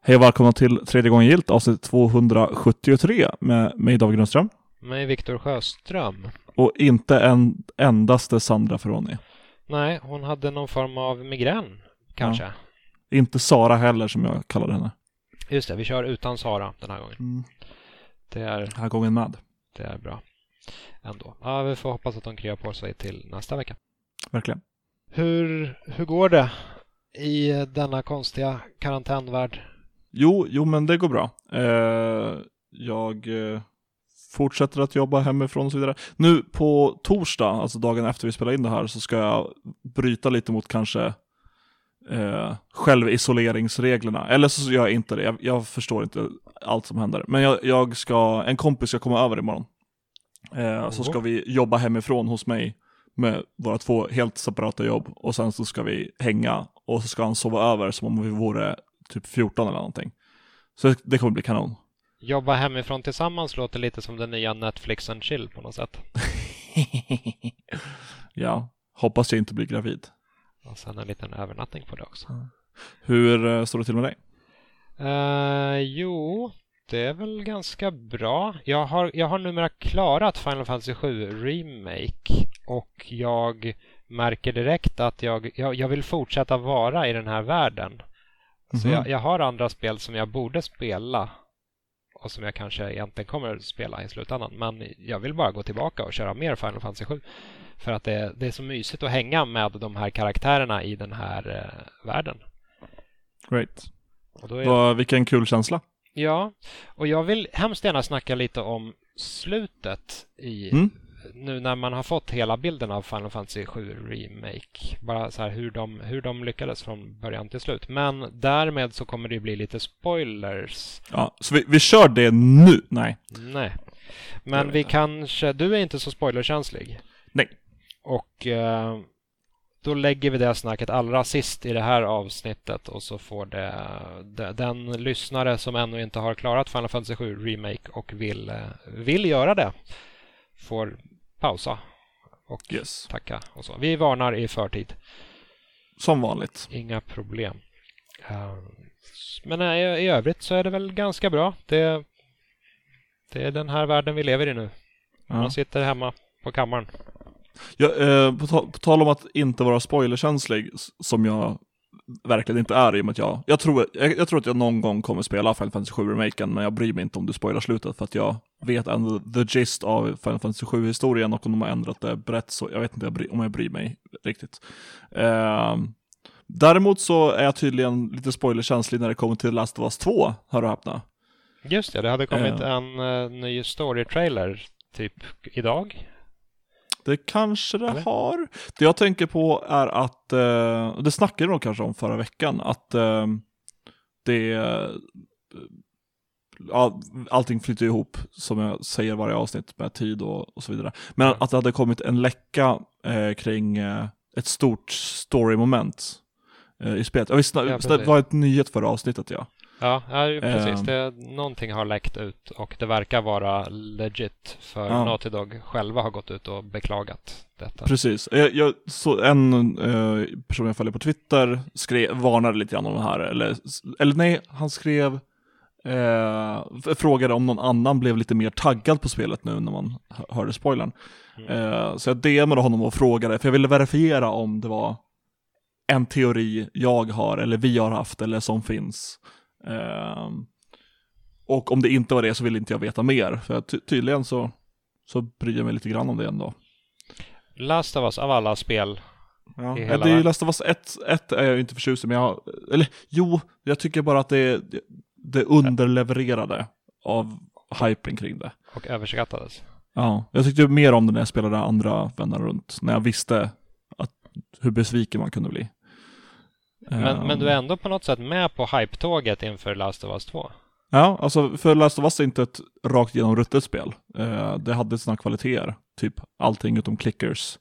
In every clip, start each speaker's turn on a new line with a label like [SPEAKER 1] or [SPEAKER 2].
[SPEAKER 1] Hej och välkomna till tredje gången gilt, avsnitt 273 med mig David Grundström.
[SPEAKER 2] Med Viktor Sjöström.
[SPEAKER 1] Och inte en endaste Sandra Ferroni.
[SPEAKER 2] Nej, hon hade någon form av migrän, kanske.
[SPEAKER 1] Ja. Inte Sara heller, som jag kallade henne.
[SPEAKER 2] Just det, vi kör utan Sara den här gången.
[SPEAKER 1] Den här gången med.
[SPEAKER 2] Det är bra. Ändå. Ja, vi får hoppas att de kryar på sig till nästa vecka.
[SPEAKER 1] Verkligen.
[SPEAKER 2] Hur går det i denna konstiga karantänvärld?
[SPEAKER 1] Jo, men det går bra. Jag fortsätter att jobba hemifrån och så vidare. Nu på torsdag, alltså dagen efter vi spelar in det här, så ska jag bryta lite mot kanske självisoleringsreglerna. Eller så gör jag inte det. Jag förstår inte allt som händer. Men en kompis ska komma över imorgon. Så ska vi jobba hemifrån hos mig med våra 2 helt separata jobb. Och sen så ska vi hänga. Och så ska han sova över som om vi vore typ 14 eller någonting. Så det kommer bli kanon.
[SPEAKER 2] Jobba hemifrån tillsammans låter lite som den nya Netflix and chill på något sätt.
[SPEAKER 1] Ja, hoppas jag inte blir gravid.
[SPEAKER 2] Och sen en liten övernattning på det också.
[SPEAKER 1] Hur står det till med dig?
[SPEAKER 2] Jo, det är väl ganska bra. Jag har numera klarat Final Fantasy 7 Remake. Och jag märker direkt att jag vill fortsätta vara i den här världen. Så jag har andra spel som jag borde spela. Och som jag kanske egentligen kommer att spela i slutändan. Men jag vill bara gå tillbaka och köra mer Final Fantasy 7. För att det är så mysigt att hänga med de här karaktärerna i den här världen.
[SPEAKER 1] Great.
[SPEAKER 2] Och då
[SPEAKER 1] vilken kul känsla.
[SPEAKER 2] Ja, och jag vill hemskt gärna snacka lite om slutet i nu när man har fått hela bilden av Final Fantasy 7 Remake. Bara så här hur de lyckades från början till slut. Men därmed så kommer det bli lite spoilers.
[SPEAKER 1] Ja, så vi kör det nu? Nej.
[SPEAKER 2] Men vi kanske... Du är inte så spoilerkänslig.
[SPEAKER 1] Nej.
[SPEAKER 2] Och då lägger vi det snacket allra sist i det här avsnittet. Och så får den lyssnare som ännu inte har klarat Final Fantasy 7 Remake och vill göra det får pausa och tacka och så. Vi varnar i förtid.
[SPEAKER 1] Som vanligt.
[SPEAKER 2] Inga problem. Men i övrigt så är det väl ganska bra. Det är den här världen vi lever i nu. Man sitter hemma på kammaren.
[SPEAKER 1] Ja, på tal om att inte vara spoilerkänslig, som jag verkligen inte är, i och med att jag tror att jag någon gång kommer spela Final Fantasy 7 Remaken, men jag bryr mig inte om du spoilar slutet, för att jag vet ändå the gist av Final Fantasy 7-historien, och om de har ändrat det brett, så jag vet inte om jag bryr mig riktigt. Däremot så är jag tydligen lite spoilerkänslig när det kommer till Last of Us 2, hör du häpna.
[SPEAKER 2] Just det hade kommit en ny story-trailer typ idag.
[SPEAKER 1] Det kanske det har. Det jag tänker på är att det snackade de kanske om förra veckan, att allting flyter ihop, som jag säger varje avsnitt, med tid och så vidare. Men att det hade kommit en läcka kring ett stort story-moment i spelet. Det var ett nyhet förra avsnittet, ja.
[SPEAKER 2] Ja, precis. Någonting har läckt ut och det verkar vara legit, för Naughty Dog själva har gått ut och beklagat detta.
[SPEAKER 1] Precis. Så en person jag följer på Twitter varnade lite grann om det här. Eller nej, han skrev frågade om någon annan blev lite mer taggad på spelet nu när man hörde spoilern. Så jag DMade honom och frågade, för jag ville verifiera om det var en teori jag har eller vi har haft eller som finns. Och om det inte var det så ville inte jag veta mer, för tydligen så bryr jag mig lite grann om det ändå.
[SPEAKER 2] Last of Us av alla spel
[SPEAKER 1] i hela det är Last of Us 1 är jag inte förtjust i, men jag tycker bara att det underlevererade av hypen kring det.
[SPEAKER 2] Och överskattades.
[SPEAKER 1] Ja, jag tyckte mer om det när jag spelade andra vänner runt, när jag visste hur besviken man kunde bli.
[SPEAKER 2] Men du är ändå på något sätt med på hype-tåget inför Last of Us 2.
[SPEAKER 1] Ja, alltså för Last of Us är inte ett rakt igenom ruttet spel. Det hade sina kvaliteter. Typ allting utom clickers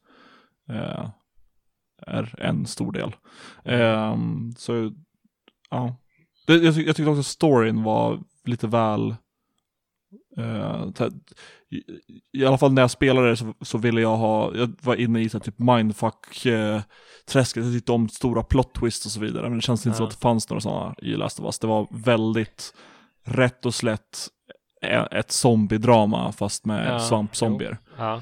[SPEAKER 1] är en stor del. Så ja. Jag tyckte också storyn var lite väl I alla fall när jag spelade så ville jag var inne i så typ mindfuck-träsket, jag tyckte om stora plot twists och så vidare, men det känns inte så att det fanns några sådana i Last of Us. Det var väldigt rätt och slätt ett zombiedrama fast med svampzombier.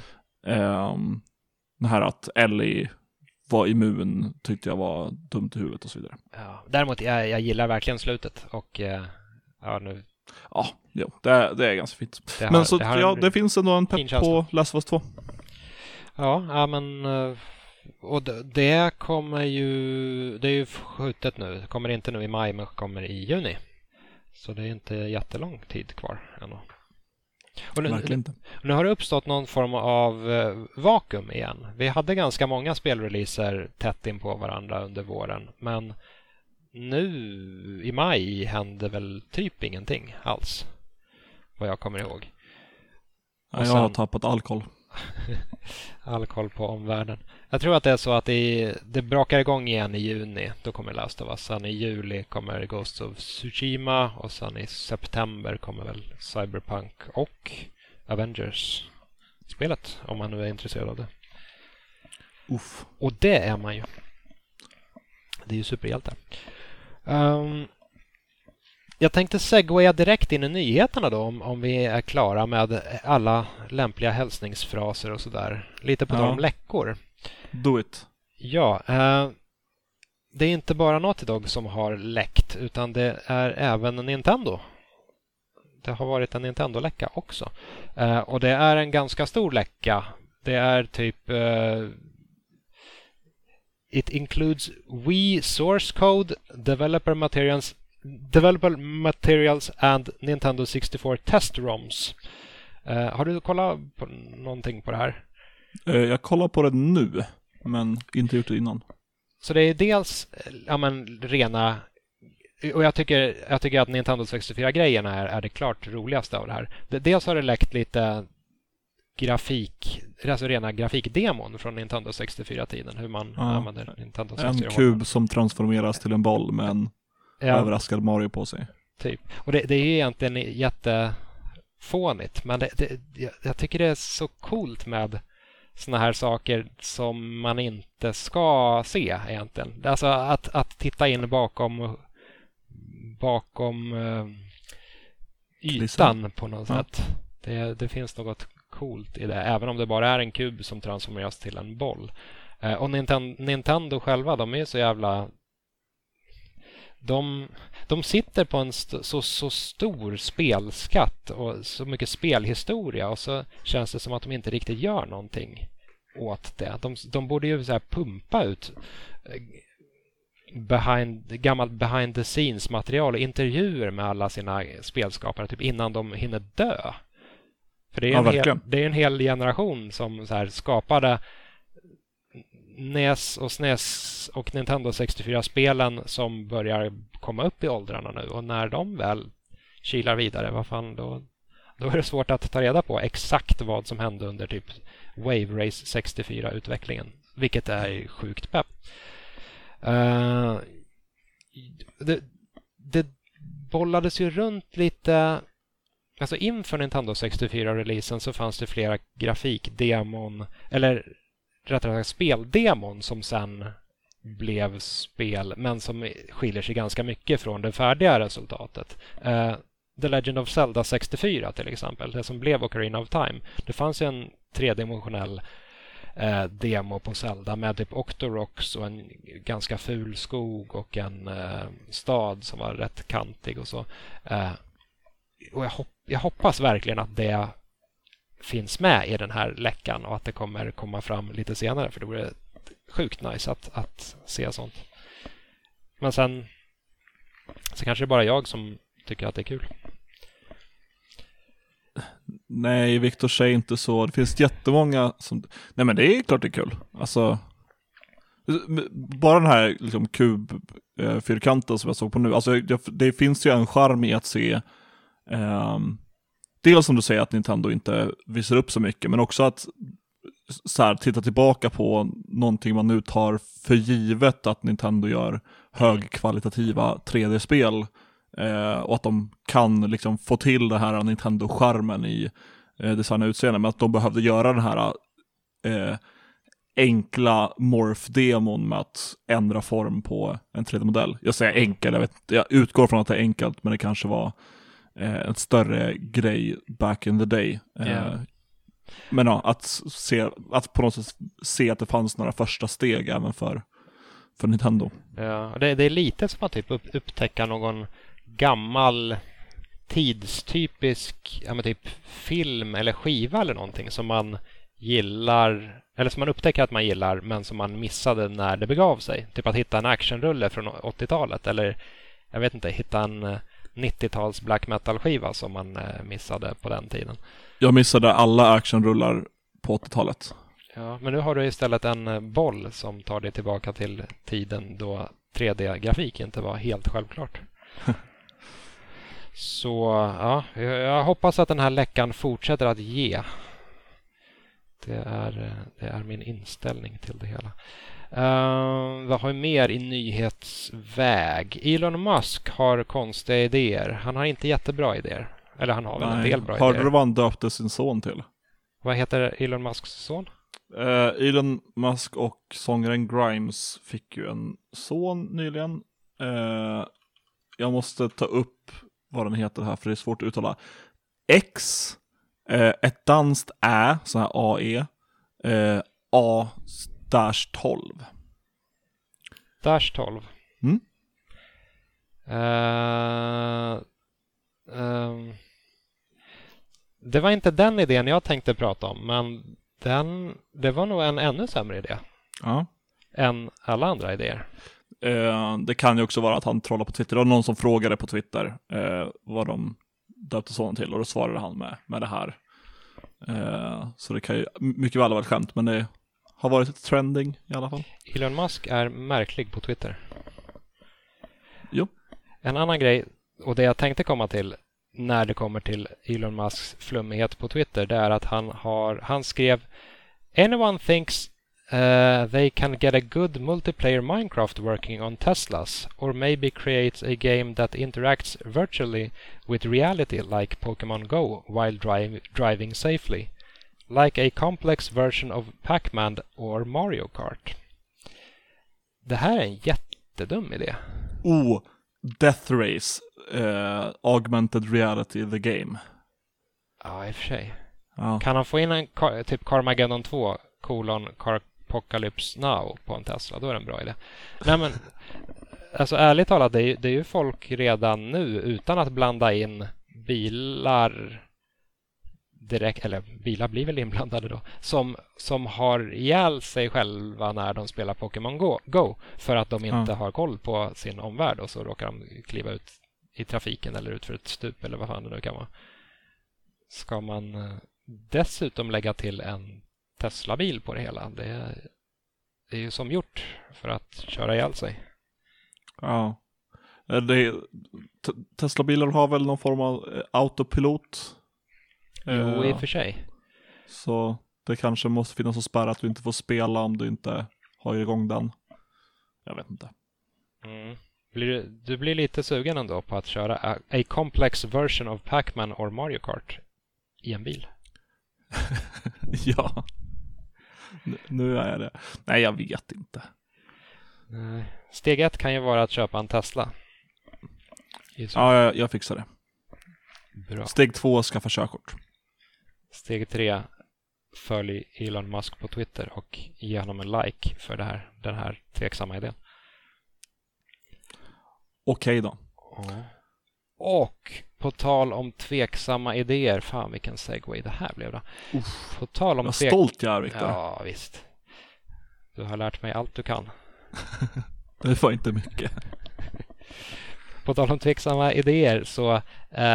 [SPEAKER 1] Det här att Ellie var immun tyckte jag var dumt i huvudet och så vidare.
[SPEAKER 2] Ja, däremot jag gillar verkligen slutet och nu.
[SPEAKER 1] Ja, det är ganska fint. Det finns ändå en pepp på Last of Us 2.
[SPEAKER 2] Ja, men och det kommer ju, det är ju skjutet nu. Det kommer inte nu i maj, men kommer i juni. Så det är inte jättelång tid kvar ännu. Och nu har det uppstått någon form av vakuum igen. Vi hade ganska många spelreleaser tätt in på varandra under våren, men nu i maj hände väl typ ingenting alls, vad jag kommer ihåg.
[SPEAKER 1] Jag har tappat all koll.
[SPEAKER 2] All koll på omvärlden. Jag tror att det är så att det brakar igång igen i juni. Då kommer Last of Us. Sen i juli kommer Ghost of Tsushima. Och sen i september kommer väl Cyberpunk och Avengers-spelet. Om man nu är intresserad av det.
[SPEAKER 1] Uff.
[SPEAKER 2] Och det är man ju. Det är ju superhjältar. Jag tänkte segwaya direkt in i nyheterna då, om vi är klara med alla lämpliga hälsningsfraser och sådär. Lite på de läckor.
[SPEAKER 1] Do it.
[SPEAKER 2] Ja, det är inte bara Naughty Dog som har läckt, utan det är även Nintendo. Det har varit en Nintendo-läcka också. Och det är en ganska stor läcka. Det är typ It includes Wii source code, developer materials and Nintendo 64 test ROMs. Har du kollat på någonting på det här?
[SPEAKER 1] Jag kollar på det nu, men inte gjort det innan.
[SPEAKER 2] Så det är dels rena, och jag tycker att Nintendo 64-grejerna är det klart roligaste av det här. Dels har det läckt lite rena grafikdemon från Nintendo 64-tiden, hur man använder Nintendo 64.
[SPEAKER 1] En kub som transformeras till en boll med en överraskad Mario på sig.
[SPEAKER 2] Typ. Och det är ju egentligen jättefånigt, men jag tycker det är så coolt med såna här saker som man inte ska se egentligen. Alltså att titta in bakom ytan på något sätt. Det finns något coolt i det, även om det bara är en kub som transformeras till en boll. Och Nintendo själva, de är så jävla... De sitter på en så stor spelskatt och så mycket spelhistoria, och så känns det som att de inte riktigt gör någonting åt det. De borde ju så här pumpa ut gammalt behind the scenes material och intervjuer med alla sina spelskapare typ innan de hinner dö. För det är en hel generation som så här skapade NES och SNES och Nintendo 64-spelen som börjar komma upp i åldrarna nu, och när de väl kilar vidare, då är det svårt att ta reda på exakt vad som hände under typ Wave Race 64-utvecklingen, vilket är sjukt pepp. Det bollades ju runt lite, alltså inför Nintendo 64-releasen så fanns det flera grafikdemon, eller rättare sagt speldemon som sen blev spel, men som skiljer sig ganska mycket från det färdiga resultatet. The Legend of Zelda 64 till exempel, det som blev Ocarina of Time. Det fanns en tredimensionell demo på Zelda med typ Octoroks och en ganska ful skog och en stad som var rätt kantig och så. Och jag hoppas verkligen att det finns med i den här läckan och att det kommer komma fram lite senare, för det vore sjukt nice att se sånt. Men sen kanske det är bara jag som tycker att det är kul.
[SPEAKER 1] Nej, Victor säger inte så. Det finns jättemånga som... Nej, men det är klart det är kul. Alltså, bara den här liksom, kubfyrkanten som jag såg på nu. Alltså, det finns ju en charm i att se... dels som du säger att Nintendo inte visar upp så mycket, men också att så här, titta tillbaka på någonting man nu tar för givet, att Nintendo gör högkvalitativa 3D-spel Och att de kan liksom få till det här Nintendo-skärmen i design och utseende, men att de behövde göra den här enkla morph-demon med att ändra form på en 3D-modell. Jag säger enkel, jag utgår från att det är enkelt, men det kanske var en större grej back in the day. Men ja, att på något sätt se att det fanns några första steg även för Nintendo.
[SPEAKER 2] Ja, det är lite som att typ upptäcka någon gammal tidstypisk typ film eller skiva eller någonting som man gillar, eller som man upptäcker att man gillar men som man missade när det begav sig. Typ att hitta en actionrulle från 80-talet eller jag vet inte, hitta en 90-tals black metal-skiva som man missade på den tiden.
[SPEAKER 1] Jag missade alla actionrullar på 80-talet.
[SPEAKER 2] Ja, men nu har du istället en boll som tar dig tillbaka till tiden då 3D-grafik inte var helt självklart. Så ja, jag hoppas att den här läckan fortsätter att ge. Det är min inställning till det hela. Vad har vi mer i nyhetsväg? Elon Musk har konstiga idéer. Han har inte jättebra idéer. Eller han har väl en del bra idéer.
[SPEAKER 1] Hörde du vad han döpte sin son till?
[SPEAKER 2] Vad heter Elon Musks son?
[SPEAKER 1] Elon Musk och sångaren Grimes fick ju en son nyligen. Jag måste ta upp vad den heter här för det är svårt att uttala. X, ett danskt Ä, så här AE, A-12.
[SPEAKER 2] Dash 12.
[SPEAKER 1] Mm.
[SPEAKER 2] Det var inte den idén jag tänkte prata om, men det var nog en ännu sämre idé.
[SPEAKER 1] Ja.
[SPEAKER 2] Än alla andra idéer.
[SPEAKER 1] Det kan ju också vara att han trollar på Twitter. Det var någon som frågade på Twitter vad de döpte sådant till och då svarade han med det här. Så det kan ju mycket väl ha varit skämt, men det har varit ett trending i alla fall.
[SPEAKER 2] Elon Musk är märklig på Twitter.
[SPEAKER 1] Jo.
[SPEAKER 2] En annan grej, och det jag tänkte komma till när det kommer till Elon Musks flummighet på Twitter, det är att han skrev "Anyone thinks they can get a good multiplayer Minecraft working on Teslas or maybe create a game that interacts virtually with reality like Pokemon Go while driving safely. Like a complex version of Pac-Man or Mario Kart." Det här är en jättedum idé.
[SPEAKER 1] Death Race, augmented reality the game.
[SPEAKER 2] Ja, i och för sig.
[SPEAKER 1] Ja.
[SPEAKER 2] Kan han få in en typ Carmageddon 2 Apocalypse Now på en Tesla, då är det en bra idé. Nej men, alltså ärligt talat, det är ju folk redan nu utan att blanda in bilar direkt, eller bilar blir väl inblandade då, som har ihjäl sig själva när de spelar Pokémon Go för att de inte har koll på sin omvärld och så råkar de kliva ut i trafiken eller ut för ett stup eller vad fan det nu kan vara. Ska man dessutom lägga till en Tesla-bil på det hela? Det är ju som gjort för att köra ihjäl sig.
[SPEAKER 1] Ja. Tesla-bilar har väl någon form av autopilot?
[SPEAKER 2] Jo, i och för sig.
[SPEAKER 1] Så det kanske måste finnas en spärr att du inte får spela om du inte har igång den. Jag vet inte.
[SPEAKER 2] Mm. Du blir lite sugen ändå på att köra a complex version of Pac-Man or Mario Kart i en bil.
[SPEAKER 1] Ja. Nu är jag det. Nej, jag vet inte.
[SPEAKER 2] Steg 1 kan ju vara att köpa en Tesla.
[SPEAKER 1] Ja, jag fixar det.
[SPEAKER 2] Bra.
[SPEAKER 1] Steg 2, skaffa körkort.
[SPEAKER 2] Steg 3, följ Elon Musk på Twitter och ge honom en like för den här tveksamma idén.
[SPEAKER 1] Okej då.
[SPEAKER 2] Och på tal om tveksamma idéer, fan vilken segway det här blev då. På tal om
[SPEAKER 1] stolt jag är, Victor.
[SPEAKER 2] Ja, visst. Du har lärt mig allt du kan.
[SPEAKER 1] Det var inte mycket.
[SPEAKER 2] På tal om tveksamma idéer så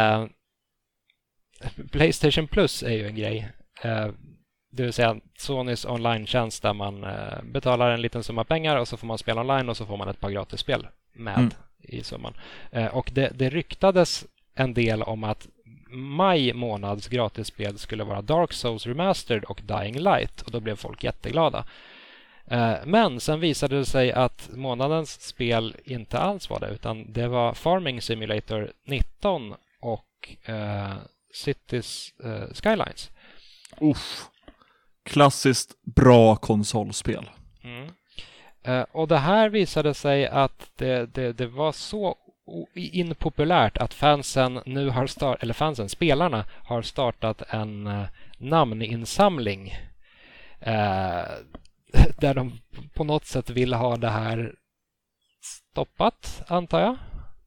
[SPEAKER 2] PlayStation Plus är ju en grej. Det vill säga Sonys online-tjänst där man betalar en liten summa pengar och så får man spela online och så får man ett par gratisspel med i summan. Och det ryktades en del om att maj månads gratisspel skulle vara Dark Souls Remastered och Dying Light och då blev folk jätteglada. Men sen visade det sig att månadens spel inte alls var det, utan det var Farming Simulator 19 och Cities Skylines.
[SPEAKER 1] Klassiskt bra konsolspel.
[SPEAKER 2] Och det här visade sig att det var så impopulärt att spelarna har startat en namninsamling där de på något sätt vill ha det här stoppat, antar jag.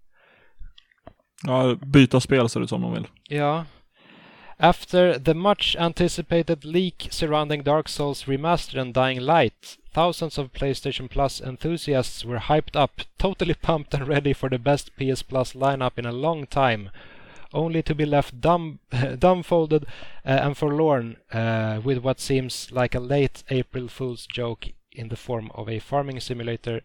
[SPEAKER 1] Ja, byta spel ser det som de vill.
[SPEAKER 2] Ja. After the much anticipated leak surrounding Dark Souls Remastered and Dying Light, thousands of PlayStation Plus enthusiasts were hyped up, totally pumped and ready for the best PS Plus lineup in a long time, only to be left dumbfolded and forlorn with what seems like a late April Fool's joke in the form of a Farming Simulator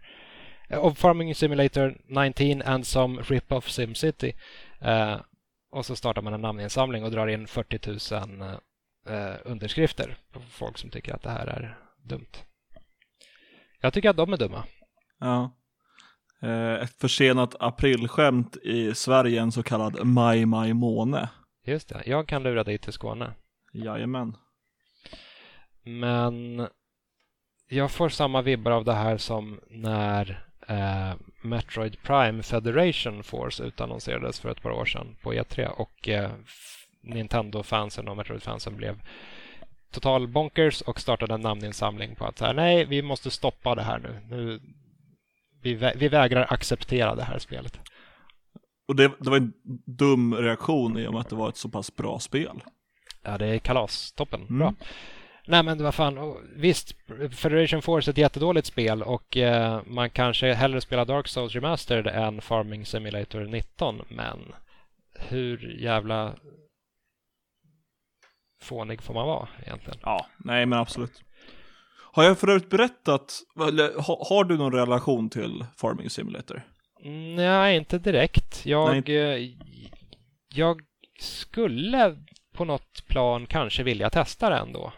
[SPEAKER 2] 19 and some rip-off SimCity. Och så startar man en namninsamling och drar in 40 000 underskrifter på folk som tycker att det här är dumt. Jag tycker att de är dumma.
[SPEAKER 1] Ja. Ett försenat aprilskämt i Sverige, en så kallad maj måne.
[SPEAKER 2] Just det, jag kan lura dig till Skåne.
[SPEAKER 1] Jajamän.
[SPEAKER 2] Men jag får samma vibbar av det här som när Metroid Prime Federation Force utannonserades för ett par år sedan på E3 och Nintendo-fansen och Metroid-fansen blev total bonkers och startade en namninsamling på att så här, nej, vi måste stoppa det här nu. Vi vägrar acceptera det här spelet.
[SPEAKER 1] Och det var en dum reaktion i och med att det var ett så pass bra spel.
[SPEAKER 2] Ja, det är kalas. Toppen. Bra. Nej, men vad fan. Visst, Federation Force är ett jättedåligt spel och man kanske hellre spelar Dark Souls Remastered än Farming Simulator 19, men hur jävla fånig får man vara egentligen?
[SPEAKER 1] Ja, nej men absolut. Har jag förut berättat, har du någon relation till Farming Simulator?
[SPEAKER 2] Nej, inte direkt. Jag skulle på något plan kanske vilja testa det ändå.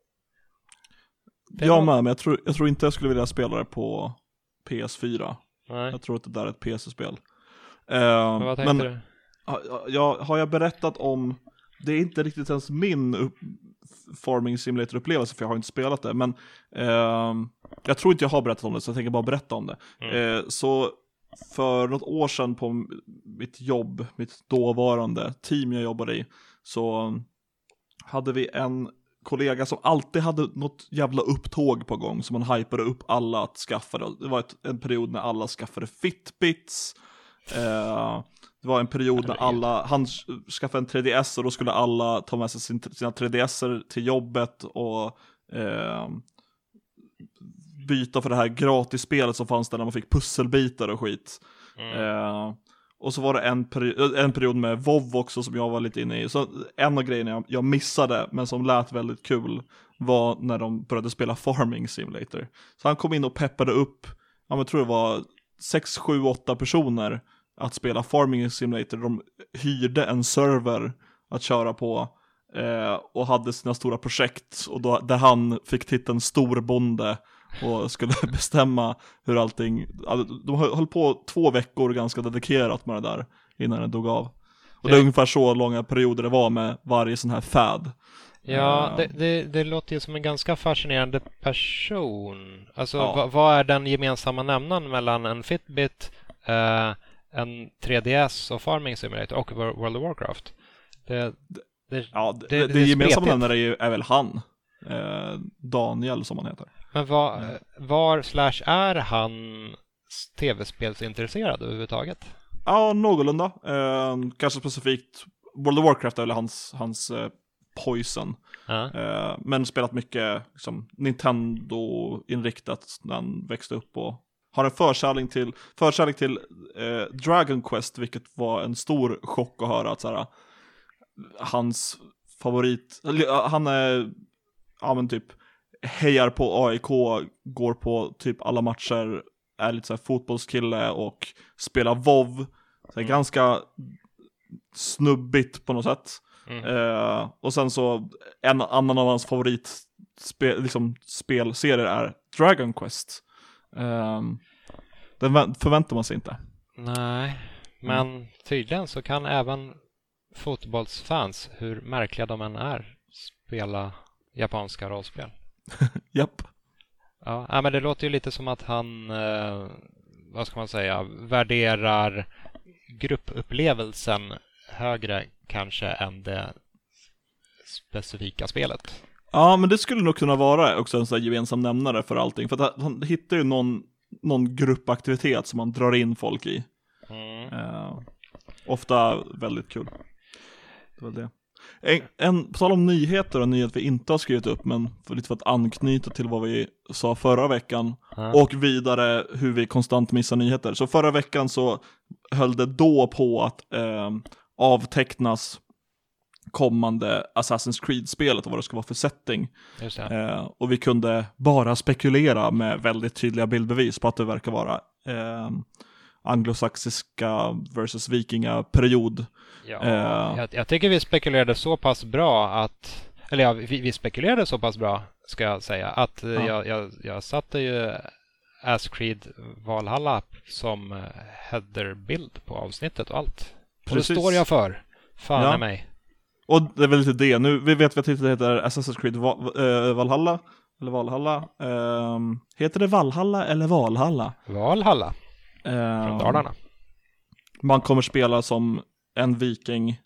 [SPEAKER 1] Men jag tror inte jag skulle vilja spela det på PS4.
[SPEAKER 2] Nej.
[SPEAKER 1] Jag tror att det där är ett PC-spel.
[SPEAKER 2] Men vad tänkte du?
[SPEAKER 1] Har jag berättat om, det är inte riktigt ens min Farming Simulator-upplevelse, för jag har inte spelat det, men jag tror inte jag har berättat om det, så jag tänker bara berätta om det. Så för något år sedan på mitt dåvarande team jag jobbade i, så hade vi en kollega som alltid hade något jävla upptåg på gång, som man hypade upp alla att skaffa det. Det var en period när alla skaffade Fitbits. Det var en period när han skaffade en 3DS och då skulle alla ta med sig sina 3DSer till jobbet och byta för det här gratisspelet som fanns där, när man fick pusselbitar och skit. Och så var det en period med WoW också som jag var lite inne i. Så en av grejerna jag missade, men som lät väldigt kul, var när de började spela Farming Simulator. Så han kom in och peppade upp, jag tror det var 6, 7, 8 personer att spela Farming Simulator. De hyrde en server att köra på och hade sina stora projekt. Och där han fick titeln Storbonde och skulle bestämma hur allting. De höll på 2 veckor ganska dedikerat med det där innan det dog av. Och det är ungefär så långa perioder det var med varje sån här fad.
[SPEAKER 2] Ja, det låter ju som en ganska fascinerande person. Alltså, vad är den gemensamma nämnaren mellan en Fitbit, en 3DS och Farming Simulator och World of Warcraft?
[SPEAKER 1] Det gemensamma nämnaren är väl han. Daniel som han heter.
[SPEAKER 2] Men var/är han tv-spelsintresserad överhuvudtaget?
[SPEAKER 1] Ja, någorlunda. Kanske specifikt World of Warcraft är väl hans poison. Men spelat mycket liksom, Nintendo-inriktat när han växte upp, och har en förkärlek till Dragon Quest, vilket var en stor chock att höra att såhär, hans favorit, han är typ hejar på AIK, går på typ alla matcher, är lite såhär fotbollskille och spelar WoW, så ganska snubbigt på något sätt. Och sen så en annan av hans favorit spelserier är Dragon Quest. Den förväntar man sig inte.
[SPEAKER 2] Nej, men tydligen så kan även fotbollsfans, hur märkliga de än är, spela japanska rollspel.
[SPEAKER 1] Japp.
[SPEAKER 2] Ja, men det låter ju lite som att han, vad ska man säga, värderar gruppupplevelsen högre kanske än det specifika spelet.
[SPEAKER 1] Ja, men det skulle nog kunna vara också en sån här gemensam nämnare för allting. För att han hittar ju någon gruppaktivitet som man drar in folk i. Ofta väldigt kul. Det var det. På tal om nyheter, en nyhet vi inte har skrivit upp, men för att anknyta till vad vi sa förra veckan och vidare hur vi konstant missar nyheter. Så förra veckan så höll det då på att avtecknas kommande Assassin's Creed-spelet och vad det ska vara för setting.
[SPEAKER 2] Just det.
[SPEAKER 1] Och vi kunde bara spekulera med väldigt tydliga bildbevis på att det verkar vara anglosaxiska versus vikingaperiod.
[SPEAKER 2] Ja, jag tycker vi spekulerade så pass bra att, eller ja, vi spekulerade så pass bra ska jag säga, att jag satte ju Assassin's Creed Valhalla som headerbild på avsnittet och allt. Och det står jag för. Fan är mig.
[SPEAKER 1] Och det är väl lite det. Nu, vi vet vad titeln heter, Assassin's Creed Valhalla. Eller Valhalla. Heter det Valhalla eller Valhalla?
[SPEAKER 2] Valhalla. Från Dalarna.
[SPEAKER 1] Man kommer spela som en viking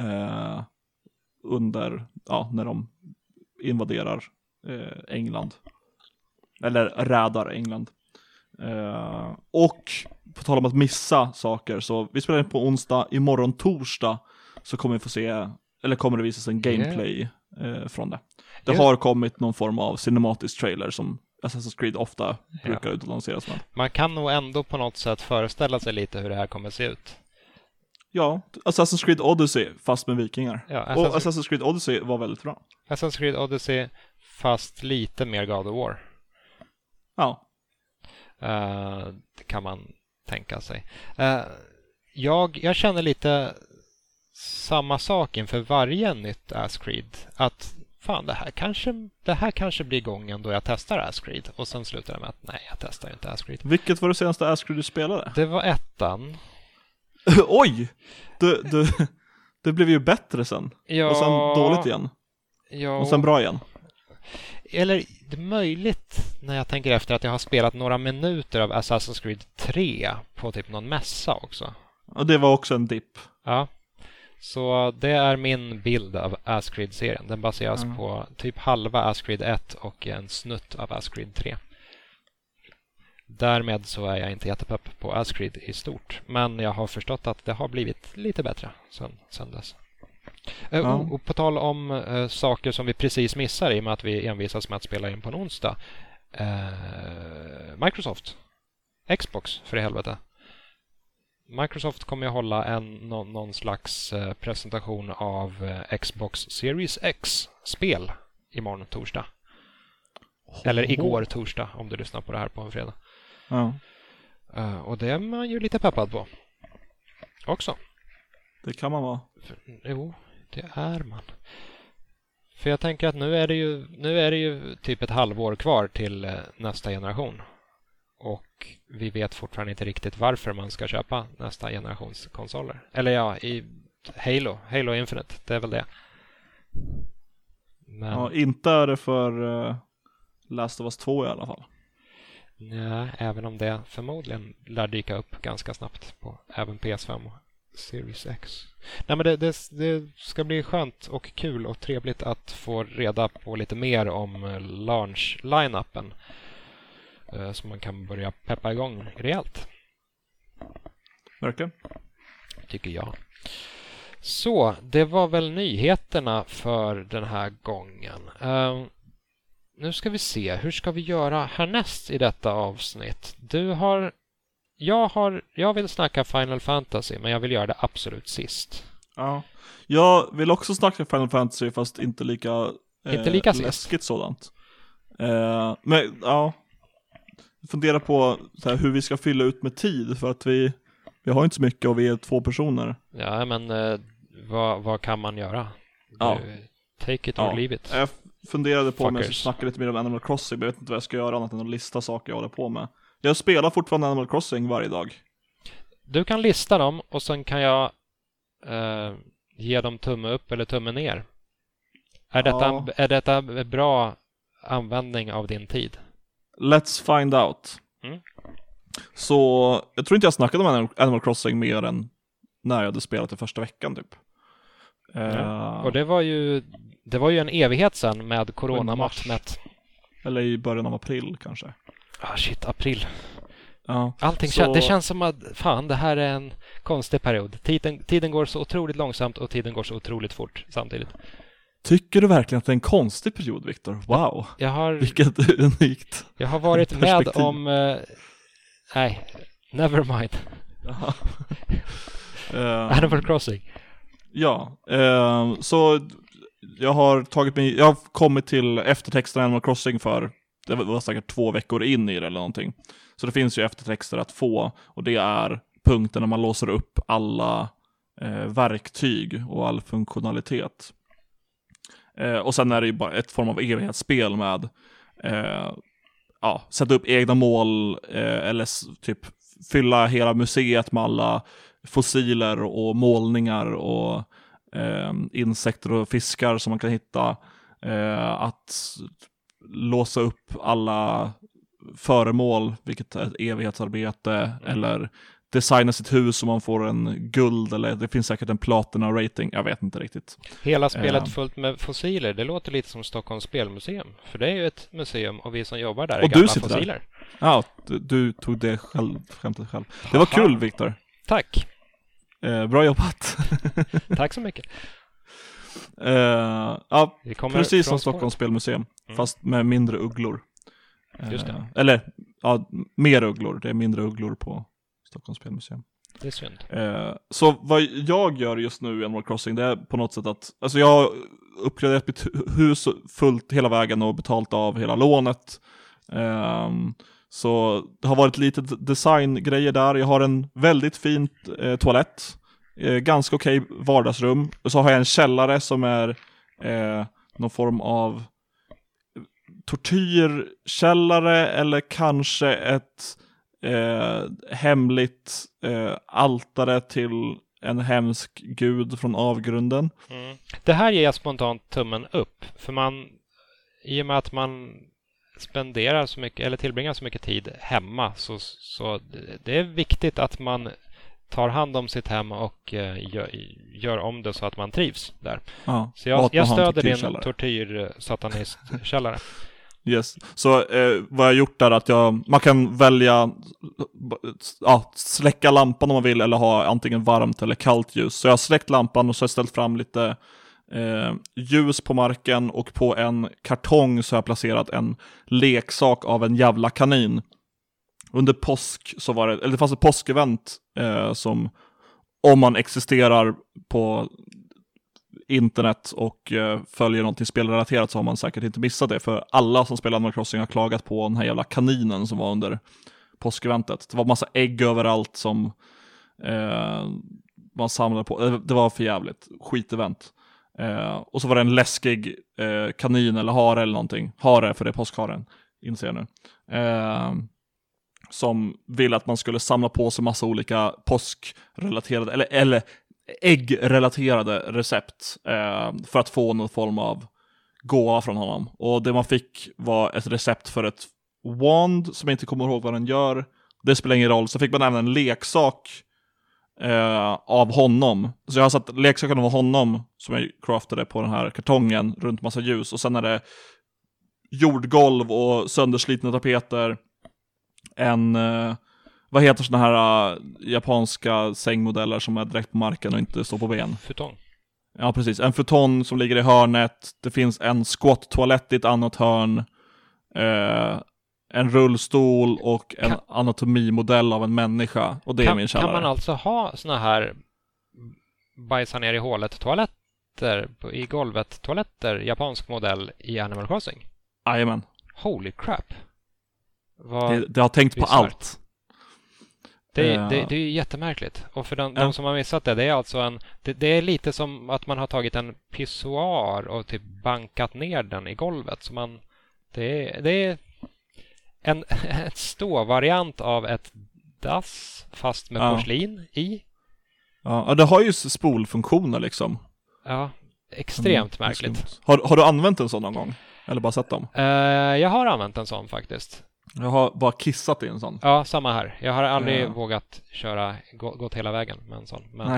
[SPEAKER 1] när de invaderar England. Eller rädar England. Och på tal om att missa saker, så vi spelar in på onsdag, imorgon torsdag så kommer vi få se, eller kommer det visas en gameplay från det. Det har kommit någon form av cinematisk trailer som Assassin's Creed ofta brukar utlanseras med.
[SPEAKER 2] Man kan nog ändå på något sätt föreställa sig lite hur det här kommer se ut.
[SPEAKER 1] Ja, Assassin's Creed Odyssey fast med vikingar.
[SPEAKER 2] Ja,
[SPEAKER 1] och Assassin's Creed Odyssey var väldigt bra.
[SPEAKER 2] Assassin's Creed Odyssey fast lite mer God of War.
[SPEAKER 1] Ja.
[SPEAKER 2] Det kan man tänka sig. Jag känner lite samma sak inför varje nytt Assassin's Creed. Att fan, det här kanske blir gången då jag testar Assassin's Creed. Och sen slutar det med att nej, jag testar inte Assassin's Creed.
[SPEAKER 1] Vilket var det senaste Assassin's Creed du spelade?
[SPEAKER 2] Det var 1:an.
[SPEAKER 1] Oj! Det blev ju bättre sen.
[SPEAKER 2] Ja,
[SPEAKER 1] och sen dåligt igen.
[SPEAKER 2] Ja.
[SPEAKER 1] Och sen bra igen.
[SPEAKER 2] Eller det är möjligt när jag tänker efter att jag har spelat några minuter av Assassin's Creed 3 på typ någon mässa också.
[SPEAKER 1] Och det var också en dipp.
[SPEAKER 2] Ja. Så det är min bild av Assassin's Creed-serien. Den baseras på typ halva Assassin's Creed 1 och en snutt av Assassin's Creed 3. Därmed så är jag inte jättepepp på Assassin's Creed i stort. Men jag har förstått att det har blivit lite bättre sen dess. Och på tal om saker som vi precis missar i och med att vi envisas med att spela in på en onsdag. Microsoft. Xbox, för i helvete. Microsoft kommer att hålla någon slags presentation av Xbox Series X-spel imorgon torsdag. Eller igår torsdag om du lyssnar på det här på en fredag.
[SPEAKER 1] Ja.
[SPEAKER 2] Och det är man ju lite peppad på också.
[SPEAKER 1] Det kan man vara.
[SPEAKER 2] Jo, det är man. För jag tänker att nu är det ju typ ett halvår kvar till nästa generation. Och vi vet fortfarande inte riktigt varför man ska köpa nästa generations konsoler. Eller ja, i Halo Infinite, det är väl det. Men...
[SPEAKER 1] Ja, inte är det för Last of Us 2 i alla fall.
[SPEAKER 2] Nej, även om det förmodligen lär dyka upp ganska snabbt på även PS5 och Series X. Nej, men det ska bli skönt och kul och trevligt att få reda på lite mer om launch-line-upen. Så man kan börja peppa igång rejält.
[SPEAKER 1] Verkligen.
[SPEAKER 2] Tycker jag. Så, det var väl nyheterna för den här gången. Nu ska vi se, hur ska vi göra härnäst i detta avsnitt? Jag vill snacka Final Fantasy, men jag vill göra det absolut sist.
[SPEAKER 1] Ja. Jag vill också snacka Final Fantasy, fast inte lika läskigt sådant. Men ja, fundera på så här, hur vi ska fylla ut med tid, för att vi har inte så mycket och vi är 2 personer.
[SPEAKER 2] Ja, men vad kan man göra?
[SPEAKER 1] Ja.
[SPEAKER 2] Take it or leave it.
[SPEAKER 1] funderade på om jag
[SPEAKER 2] Fuckers.
[SPEAKER 1] skulle snacka lite mer om Animal Crossing, men jag vet inte vad jag ska göra annat än att lista saker jag håller på med. Jag spelar fortfarande Animal Crossing varje dag.
[SPEAKER 2] Du kan lista dem och sen kan jag ge dem tumme upp eller tumme ner. Är detta bra användning av din tid?
[SPEAKER 1] Let's find out.
[SPEAKER 2] Mm.
[SPEAKER 1] Så jag tror inte jag snackade om Animal Crossing mer än när jag hade spelat det första veckan typ.
[SPEAKER 2] Och det var ju en evighet sedan med coronamått mätt.
[SPEAKER 1] Eller i början av april kanske.
[SPEAKER 2] Shit, april.
[SPEAKER 1] Ja.
[SPEAKER 2] Allting det känns som att fan, det här är en konstig period. Tiden går så otroligt långsamt och tiden går så otroligt fort samtidigt.
[SPEAKER 1] Tycker du verkligen att det är en konstig period, Viktor? Wow. Vilket unikt.
[SPEAKER 2] Jag har varit med om nej, never mind. Animal Crossing.
[SPEAKER 1] Ja, så jag har kommit till eftertexten Animal Crossing det var säkert 2 veckor in i det eller någonting. Så det finns ju eftertexter att få, och det är punkten när man låser upp alla verktyg och all funktionalitet. Och sen är det ju bara ett form av evighetsspel med sätta upp egna mål eller typ fylla hela museet med alla fossiler och målningar och insekter och fiskar som man kan hitta, att låsa upp alla föremål, vilket är ett evighetsarbete, eller designa sitt hus så man får en guld, eller det finns säkert en platina-rating, jag vet inte riktigt.
[SPEAKER 2] Hela spelet fullt med fossiler, det låter lite som Stockholms spelmuseum, för det är ju ett museum och vi som jobbar där är gamla fossiler. Där.
[SPEAKER 1] Ja, du tog det skämtet själv. Det var kul, Viktor.
[SPEAKER 2] Tack.
[SPEAKER 1] Bra jobbat.
[SPEAKER 2] Tack så mycket.
[SPEAKER 1] Precis som Stockholms spelmuseum, fast med mindre ugglor.
[SPEAKER 2] Just det.
[SPEAKER 1] Eller, mer ugglor. Det är mindre ugglor på Stockholms spelmuseum.
[SPEAKER 2] Det är synd.
[SPEAKER 1] Så vad jag gör just nu i Animal Crossing, det är på något sätt att, alltså jag har uppgraderat mitt hus fullt hela vägen och betalt av hela lånet. Så det har varit lite designgrejer där. Jag har en väldigt fint toalett. Ganska okej vardagsrum. Och så har jag en källare som är någon form av tortyrkällare, eller kanske ett hemligt altare till en hemsk gud från avgrunden.
[SPEAKER 2] Det här ger jag spontant tummen upp. För i och med att man spenderar så mycket eller tillbringar så mycket tid hemma, så det är viktigt att man tar hand om sitt hem och gör om det så att man trivs där.
[SPEAKER 1] Ja,
[SPEAKER 2] så jag stöder din tortyr-satanist-källare.
[SPEAKER 1] Yes. Så vad jag har gjort är att man kan välja släcka lampan om man vill, eller ha antingen varmt eller kallt ljus. Så jag har släckt lampan och så har jag ställt fram lite ljus på marken, och på en kartong så har jag placerat en leksak av en jävla kanin. Under påsk så var det fanns ett påskevent som, om man existerar på internet och följer någonting spelrelaterat, så har man säkert inte missat det, för alla som spelar Animal Crossing har klagat på den här jävla kaninen som var under påskeventet. Det var massa ägg överallt som man samlade på. Det var för jävligt skitevent. Och så var det en läskig kanin eller hare eller någonting. Hare, för det är påskharen, inser jag nu. Som ville att man skulle samla på sig massa olika påskrelaterade eller äggrelaterade recept för att få någon form av gåva från honom. Och det man fick var ett recept för ett wand som jag inte kommer ihåg vad den gör. Det spelar ingen roll. Så fick man även en leksak av honom. Så jag har satt leksaken av honom som jag craftade på den här kartongen runt massa ljus. Och sen är det jordgolv och sönderslitna tapeter. Vad heter såna här japanska sängmodeller som är direkt på marken och inte står på ben?
[SPEAKER 2] Futon.
[SPEAKER 1] Ja, precis. En futon som ligger i hörnet. Det finns en squat-toalett i ett annat hörn. En rullstol och en anatomimodell av en människa. Och det är min källare.
[SPEAKER 2] Kan man alltså ha såna här bajsa ner i hålet toaletter i golvet toaletter, japansk modell i Animal Crossing?
[SPEAKER 1] Jajamän.
[SPEAKER 2] Holy crap.
[SPEAKER 1] Det har tänkt på allt.
[SPEAKER 2] Det är ju jättemärkligt. Och för de som har missat det är alltså det är lite som att man har tagit en pissoar och typ bankat ner den i golvet. Så det är en ståvariant av ett dass fast med porslin i.
[SPEAKER 1] Ja, det har ju spolfunktioner liksom.
[SPEAKER 2] Ja, extremt märkligt.
[SPEAKER 1] Har du använt en sån någon gång? Eller bara sett dem?
[SPEAKER 2] Jag har använt en sån faktiskt.
[SPEAKER 1] Jag har bara kissat i en sån.
[SPEAKER 2] Ja, samma här. Jag har aldrig vågat gått hela vägen med en sån. Men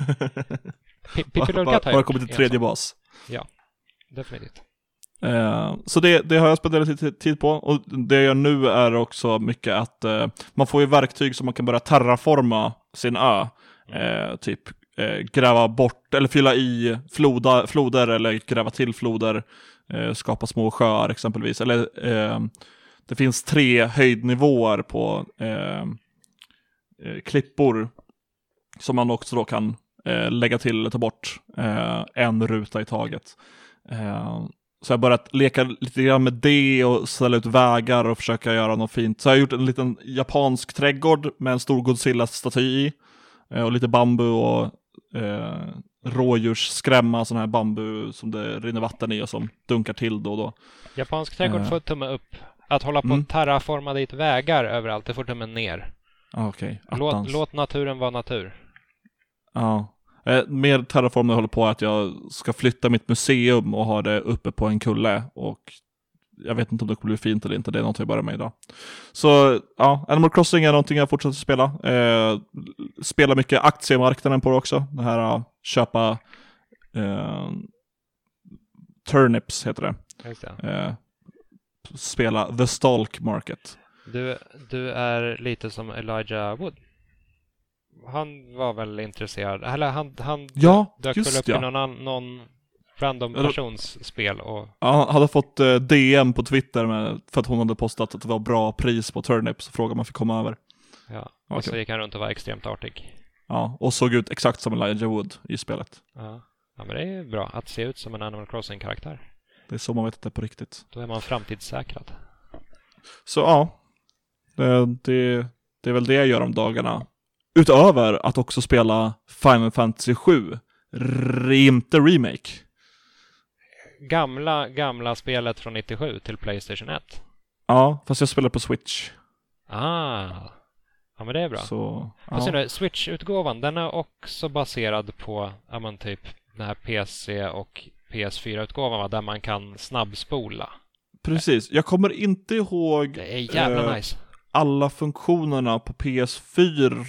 [SPEAKER 1] bara kommit till tredje bas.
[SPEAKER 2] Ja, definitivt.
[SPEAKER 1] Så det har jag spenderat lite tid på. Och det jag gör nu är också mycket att man får ju verktyg som man kan börja terraforma sin ö. Typ gräva bort eller fylla i floder eller gräva till floder. Skapa små sjöar exempelvis. Eller det finns 3 höjdnivåer på klippor som man också då kan lägga till eller ta bort en ruta i taget. Så jag har börjat leka lite grann med det och ställa ut vägar och försöka göra något fint. Så jag har gjort en liten japansk trädgård med en stor Godzilla-staty i. Och lite bambu och rådjursskrämma, sån här bambu som det rinner vatten i och som dunkar till då och då.
[SPEAKER 2] Japansk trädgård får tumme upp. Att hålla på att terraforma dit vägar överallt, det får tummen ner.
[SPEAKER 1] Okej.
[SPEAKER 2] Låt naturen vara natur.
[SPEAKER 1] Ja. Mer terraform jag håller på att jag ska flytta mitt museum och ha det uppe på en kulle. Och jag vet inte om det kommer bli fint eller inte. Det är något jag börjar med idag. Så ja, Animal Crossing är någonting jag fortsätter spela. Spela mycket aktiemarknaden på det också. Det här köpa turnips heter det.
[SPEAKER 2] Just det.
[SPEAKER 1] Spela The Stalk Market.
[SPEAKER 2] Du är lite som Elijah Wood. Han var väl intresserad. Eller han dök väl upp i någon random persons spel. Och...
[SPEAKER 1] Ja, han hade fått DM på Twitter för att hon hade postat att det var bra pris på turnips. Så frågade om man fick komma över.
[SPEAKER 2] Ja, och så gick han runt och var extremt artig.
[SPEAKER 1] Ja, och såg ut exakt som Elijah Wood i spelet.
[SPEAKER 2] Ja, men det är bra att se ut som en Animal Crossing-karaktär.
[SPEAKER 1] Det är så man vet att det är på riktigt.
[SPEAKER 2] Då är man framtidssäkrad.
[SPEAKER 1] Så ja, det är väl det jag gör om dagarna. Utöver att också spela Final Fantasy 7. Inte remake.
[SPEAKER 2] Gamla spelet från 97 till PlayStation 1.
[SPEAKER 1] Ja, fast jag spelar på Switch.
[SPEAKER 2] Ja, men det är bra.
[SPEAKER 1] Så,
[SPEAKER 2] Switch-utgåvan, den är också baserad på typ den här PC och PS4-utgåvan där man kan snabbspola.
[SPEAKER 1] Precis, jag kommer inte ihåg
[SPEAKER 2] det är jävla nice.
[SPEAKER 1] Alla funktionerna på PS4.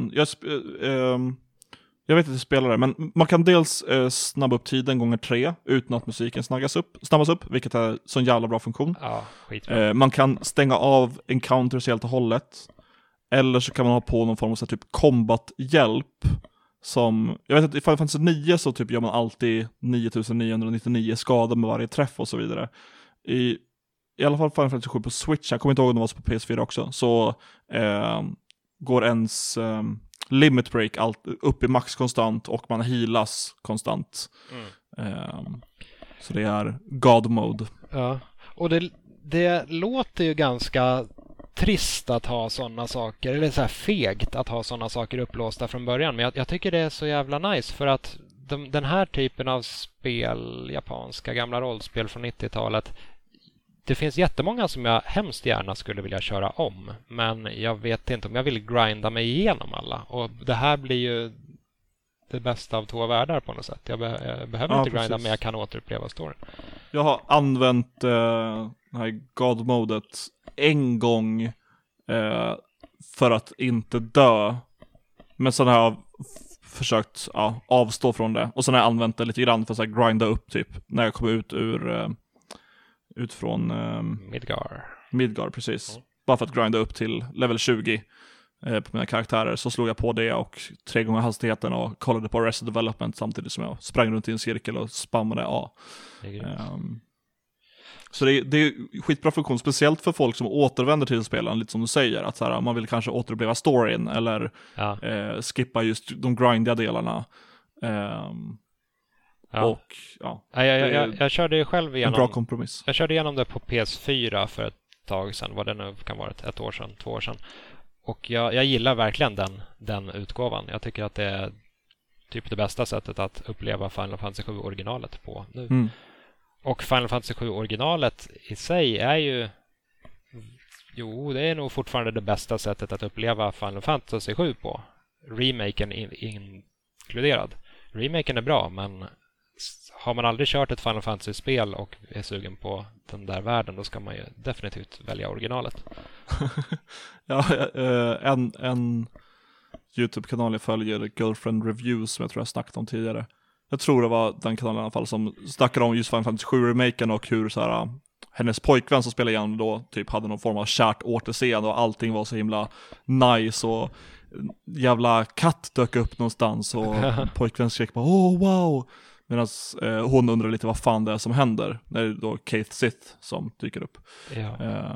[SPEAKER 1] Jag vet inte hur jag spelar det, men man kan dels snabba upp tiden gånger 3 utan att musiken snabbas upp, vilket är så en jävla bra funktion.
[SPEAKER 2] Ja, skitbra.
[SPEAKER 1] Man kan stänga av encounters helt och hållet. Eller så kan man ha på någon form av så typ combat-hjälp. Som, jag vet att i Final Fantasy 9 så typ gör man alltid 9999 skador med varje träff och så vidare. I alla fall Final Fantasy 7 på Switch, jag kommer inte ihåg om det var så på PS4 också, så går ens limit break upp i max konstant och man healas konstant. Så det är God mode.
[SPEAKER 2] Ja, och det låter ju ganska trist att ha sådana saker, eller så här fegt att ha sådana saker upplåsta från början, men jag tycker det är så jävla nice för att den här typen av spel, japanska gamla rollspel från 90-talet, det finns jättemånga som jag hemskt gärna skulle vilja köra om, men jag vet inte om jag vill grinda mig igenom alla, och det här blir ju det bästa av 2 världar på något sätt. Jag behöver inte grinda, men jag kan återuppleva storyn.
[SPEAKER 1] Jag har använt det här God-modet en gång för att inte dö, men sen har jag försökt avstå från det, och sen har jag använt det lite grann för att grinda upp typ när jag kom ut från Midgar, precis. Bara för att grinda upp till level 20 på mina karaktärer, så slog jag på det och 3 gånger hastigheten och kollade på Arrested Development samtidigt som jag sprang runt i en cirkel och spammade A. Så det är skitbra funktion, speciellt för folk som återvänder till spelen, lite som du säger, att så här, man vill kanske återuppleva storyn eller skippa just de grindiga delarna. Och
[SPEAKER 2] jag körde ju själv igenom
[SPEAKER 1] en bra kompromiss.
[SPEAKER 2] Jag körde igenom det på PS4 för ett tag sedan, vad det nu kan vara, 1 år sedan, 2 år sedan. Och jag gillar verkligen den utgåvan. Jag tycker att det är typ det bästa sättet att uppleva Final Fantasy 7 originalet på nu. Och Final Fantasy 7 originalet i sig är ju... Jo, det är nog fortfarande det bästa sättet att uppleva Final Fantasy 7 på. Remaken inkluderad. Remaken är bra, men har man aldrig kört ett Final Fantasy-spel och är sugen på den där världen, då ska man ju definitivt välja originalet.
[SPEAKER 1] Ja, en YouTube-kanal jag följer, Girlfriend Reviews, som jag tror jag snackat om tidigare. Jag tror det var den kanalen i alla fall som snackade om just Final Fantasy 7-remaken och hur så här, hennes pojkvän som spelade igen då typ hade någon form av kärt återseende och allting var så himla nice och jävla katt dök upp någonstans och pojkvän skrek bara "Oh wow", medan hon undrar lite vad fan det är som händer när det är då Keith Sith som dyker upp.
[SPEAKER 2] Ja.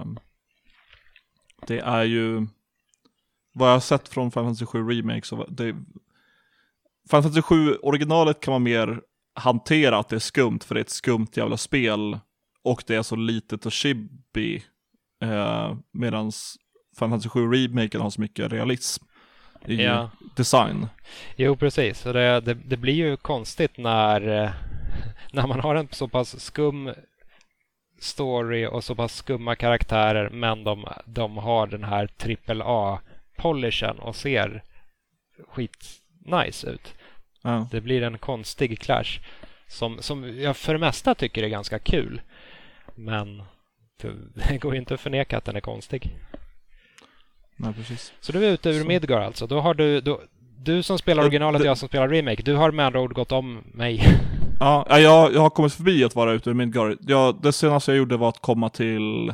[SPEAKER 1] Det är ju vad jag har sett från Final Fantasy 7 Remake, så Final Fantasy 7 originalet kan man mer hantera att det är skumt, för det är ett skumt jävla spel och det är så litet och chibi, medan Final Fantasy 7 Remake har så mycket realism i design.
[SPEAKER 2] Jo, precis. Så det blir ju konstigt när man har en så pass skum story och så pass skumma karaktärer, men de har den här AAA-polishen och ser skit nice ut.
[SPEAKER 1] Ja.
[SPEAKER 2] Det blir en konstig clash som jag för det mesta tycker är ganska kul, men det går ju inte att förneka att den är konstig.
[SPEAKER 1] Nej, precis.
[SPEAKER 2] Så du är ute ur Midgar alltså. Då har du som spelar originalet och jag som spelar remake. Du har med andra ord gått om mig.
[SPEAKER 1] Ja, jag har kommit förbi att vara ute ur Midgar. Det senaste jag gjorde var att komma till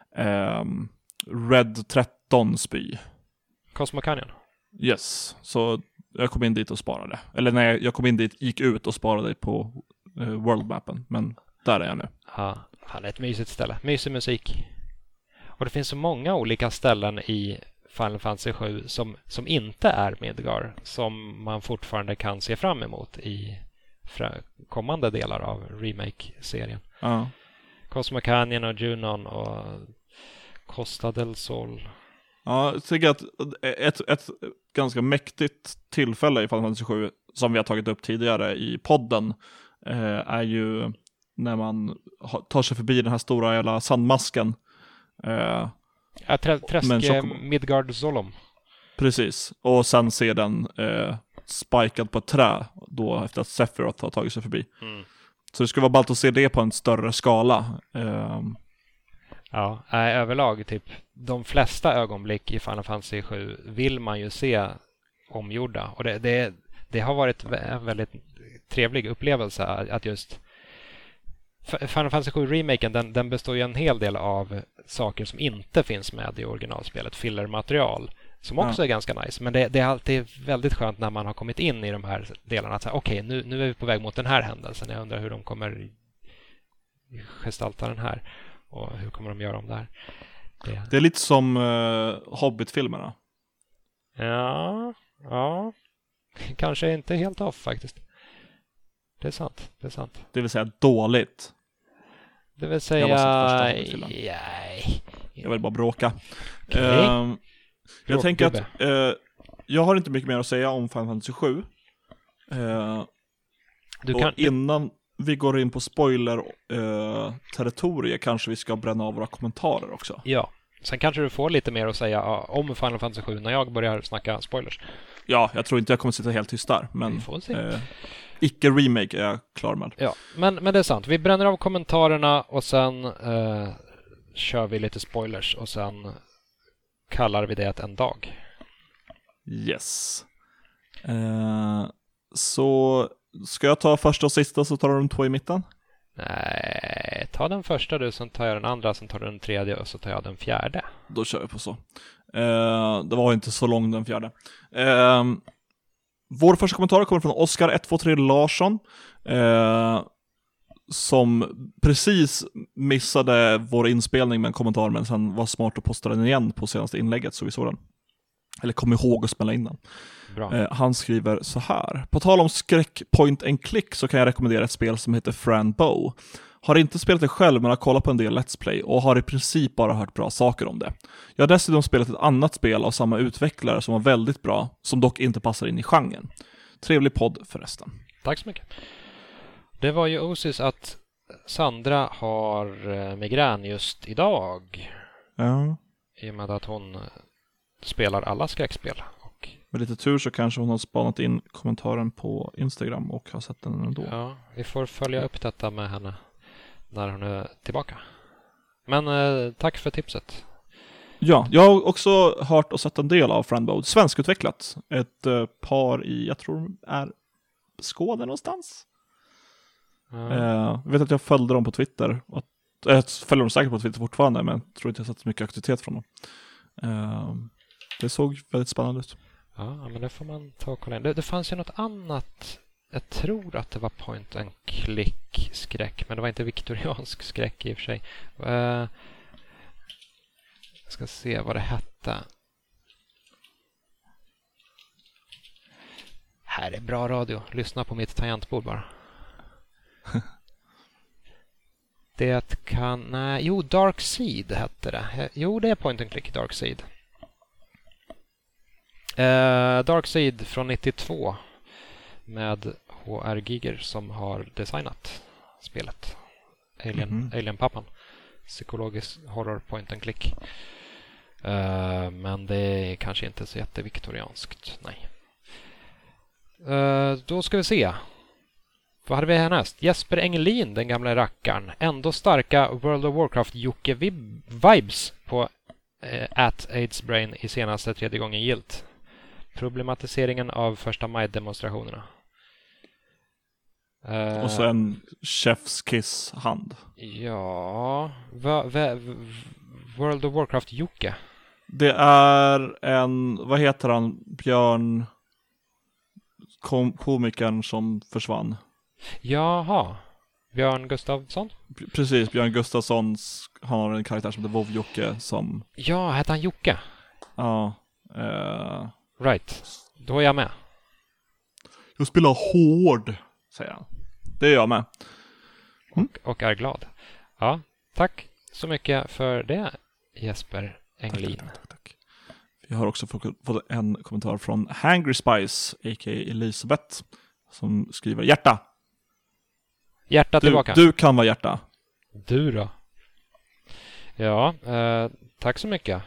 [SPEAKER 1] Red 13 spy.
[SPEAKER 2] Cosmo Canyon.
[SPEAKER 1] Yes, så jag kom in dit och sparade. Eller nej, jag kom in dit, gick ut och sparade på worldmappen. Men där är jag nu.
[SPEAKER 2] Ja, det är ett mysigt ställe. Mysig musik. Och det finns så många olika ställen i Final Fantasy 7 som inte är Midgar, som man fortfarande kan se fram emot i kommande delar av remake-serien.
[SPEAKER 1] Ja.
[SPEAKER 2] Cosmo Canyon och Junon och Costa del Sol.
[SPEAKER 1] Ja, jag tycker att ett ganska mäktigt tillfälle i Final Fantasy 7 som vi har tagit upp tidigare i podden är ju när man tar sig förbi den här stora jävla sandmasken.
[SPEAKER 2] Midgard Zolom.
[SPEAKER 1] Precis, och sen ser den spikad på ett trä då efter att Sephiroth har tagit sig förbi. Så det skulle vara ballt att se det på en större skala.
[SPEAKER 2] Ja, överlag typ de flesta ögonblick i Final Fantasy 7 vill man ju se omgjorda, och det har varit en väldigt trevlig upplevelse att just Final Fantasy 7 remaken, den består ju en hel del av saker som inte finns med i originalspelet, fillermaterial som också är ganska nice, men det är alltid väldigt skönt när man har kommit in i de här delarna att säga okej, nu är vi på väg mot den här händelsen. Jag undrar hur de kommer gestalta den här och hur kommer de göra om det här.
[SPEAKER 1] Det är lite som Hobbit-filmerna.
[SPEAKER 2] Ja. Kanske inte helt off faktiskt. Det är sant.
[SPEAKER 1] Det vill säga dåligt.
[SPEAKER 2] Det vill säga...
[SPEAKER 1] Jag vill bara bråka.
[SPEAKER 2] Okay.
[SPEAKER 1] Jag tänker att jag har inte mycket mer att säga om Final Fantasy 7. Innan vi går in på spoiler-territorier kanske vi ska bränna av våra kommentarer också.
[SPEAKER 2] Ja, sen kanske du får lite mer att säga om Final Fantasy 7 när jag börjar snacka spoilers.
[SPEAKER 1] Ja, jag tror inte jag kommer sitta helt tyst där, men
[SPEAKER 2] vi får se.
[SPEAKER 1] Icke-remake är jag klar med.
[SPEAKER 2] Ja, men det är sant. Vi bränner av kommentarerna och sen kör vi lite spoilers och sen kallar vi det en dag.
[SPEAKER 1] Yes. Så ska jag ta första och sista så tar du de två i mitten?
[SPEAKER 2] Nej, ta den första du, sen tar jag den andra, sen tar du den tredje och så tar jag den fjärde.
[SPEAKER 1] Då kör vi på så. Det var inte så lång den fjärde. Vår första kommentar kommer från Oskar 123 Larsson. Som precis missade vår inspelning med en kommentar, men sen var smart att posta den igen på senaste inlägget så vi såg den. Eller kom ihåg att spela in den.
[SPEAKER 2] Bra.
[SPEAKER 1] Han skriver så här: på tal om skräck point and click så kan jag rekommendera ett spel som heter Fran Bow. Har inte spelat det själv men har kollat på en del Let's Play och har i princip bara hört bra saker om det. Jag har dessutom spelat ett annat spel av samma utvecklare som var väldigt bra, som dock inte passar in i genren. Trevlig podd förresten.
[SPEAKER 2] Tack så mycket. Det var ju osis att Sandra har migrän just idag.
[SPEAKER 1] Ja.
[SPEAKER 2] I och med att hon spelar alla skräckspel. Och
[SPEAKER 1] med lite tur så kanske hon har spanat in kommentaren på Instagram och har sett den ändå.
[SPEAKER 2] Ja, vi får följa upp detta med henne när hon är tillbaka. Men tack för tipset.
[SPEAKER 1] Ja, jag har också hört och sett en del av Friendmode. Svenskutvecklat. Ett par i, jag tror är Skåne någonstans. Jag vet att jag följde dem på Twitter. Jag följer dem säkert på Twitter fortfarande, men jag tror inte jag har sett så mycket aktivitet från dem. Det såg väldigt spännande ut.
[SPEAKER 2] Ja, men det får man ta och kolla in. Det fanns ju något annat. Jag tror att det var point and click skräck, men det var inte viktoriansk skräck i och för sig. Jag ska se vad det hette. Här är bra radio. Lyssna på mitt tangentbord bara. Det kan... Nej, jo, Dark Seed hette det. Jo, det är point and click Dark Seed. Dark Seed från 92 med H.R. Giger som har designat spelet. Alien-pappan. Psykologisk horror point and click. Men det är kanske inte så jätteviktorianskt. Nej. Då ska vi se. Vad hade vi härnäst? Jesper Engelin, den gamla rackaren. Ändå starka World of Warcraft Jocke-vibes på @AIDSbrain i senaste 3:e gången gilt. Problematiseringen av första maj-demonstrationerna.
[SPEAKER 1] Och så en chef's kiss hand.
[SPEAKER 2] Ja, World of Warcraft Jocke.
[SPEAKER 1] Det är en, vad heter han? Björn, komikern som försvann.
[SPEAKER 2] Jaha, Björn Gustafsson?
[SPEAKER 1] Precis, Björn Gustafssons, han har en karaktär som heter WoW Jocke som...
[SPEAKER 2] Ja, heter han Jocke?
[SPEAKER 1] Ja.
[SPEAKER 2] Right, då är jag med.
[SPEAKER 1] Jag spelar hård, säger han. Det är jag med.
[SPEAKER 2] Och är glad. Ja, tack så mycket för det, Jesper Englin.
[SPEAKER 1] Tack. Vi har också fått en kommentar från Hangry Spice, a.k.a. Elisabeth, som skriver hjärta.
[SPEAKER 2] Hjärta tillbaka.
[SPEAKER 1] Du kan vara hjärta.
[SPEAKER 2] Du då? Ja, tack så mycket.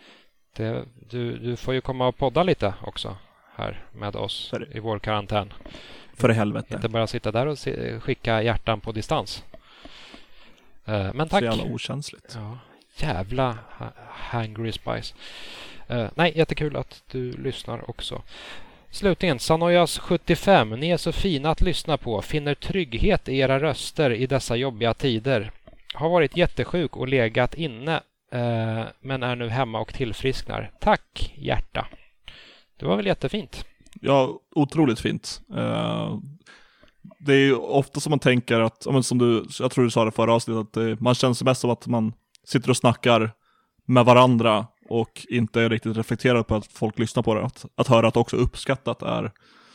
[SPEAKER 2] Du får ju komma och podda lite också här med oss i vår karantän.
[SPEAKER 1] För i helvete.
[SPEAKER 2] Inte bara sitta där och skicka hjärtan på distans. Men tack.
[SPEAKER 1] Så jävla okänsligt.
[SPEAKER 2] Ja, jävla Hangry Spice. Nej, jättekul att du lyssnar också. Slutligen, Sanoyas 75. Ni är så fina att lyssna på. Finner trygghet i era röster i dessa jobbiga tider. Har varit jättesjuk och legat inne, men är nu hemma och tillfrisknar. Tack, hjärta. Det var väl jättefint.
[SPEAKER 1] Ja, otroligt fint. Det är ju ofta som man tänker att, som jag tror du sa det förra avsnittet, att man känner mest som att man sitter och snackar med varandra och inte är riktigt reflekterad på att folk lyssnar på det. Att höra att också uppskattat är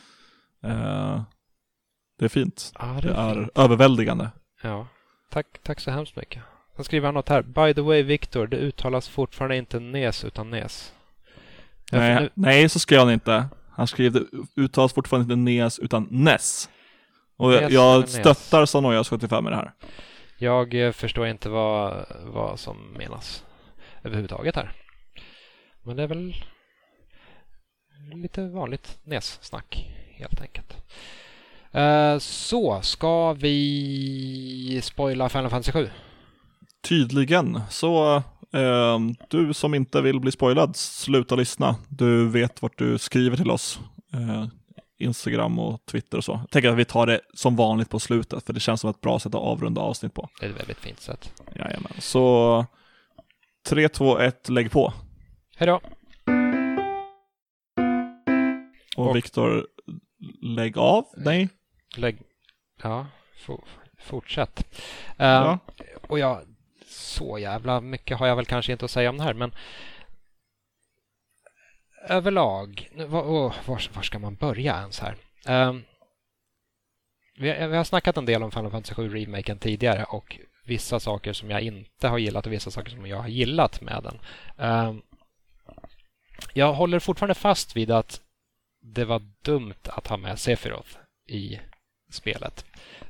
[SPEAKER 1] det är fint.
[SPEAKER 2] Ja,
[SPEAKER 1] det är överväldigande.
[SPEAKER 2] Ja, tack så hemskt mycket. Sen skriver han något här. By the way, Victor, det uttalas fortfarande inte Nes utan Nes.
[SPEAKER 1] Nej, så skrev han inte. Han skrev det uttalas fortfarande inte Nes utan Ness. Och jag stöttar Sanoyas 75 med det här.
[SPEAKER 2] Jag förstår inte vad som menas överhuvudtaget här. Men det är väl lite vanligt Nes-snack helt enkelt. Så ska vi spoila Final Fantasy 7.
[SPEAKER 1] Tydligen. Så du som inte vill bli spoilad, sluta lyssna. Du vet vart du skriver till oss. Instagram och Twitter och så. Jag tänker att vi tar det som vanligt på slutet, för det känns som ett bra sätt att avrunda avsnitt på.
[SPEAKER 2] Det är ett väldigt fint sätt.
[SPEAKER 1] Jajamän. Så 3, 2, 1, lägg på.
[SPEAKER 2] Hej då.
[SPEAKER 1] Och Victor, lägg av? Nej.
[SPEAKER 2] Ja, fortsätt.
[SPEAKER 1] Ja.
[SPEAKER 2] Och så jävla mycket har jag väl kanske inte att säga om det här, men överlag, var ska man börja ens här? vi har snackat en del om Final Fantasy 7 remaken tidigare och vissa saker som jag inte har gillat och vissa saker som jag har gillat med den. Jag håller fortfarande fast vid att det var dumt att ha med Sephiroth i spelet.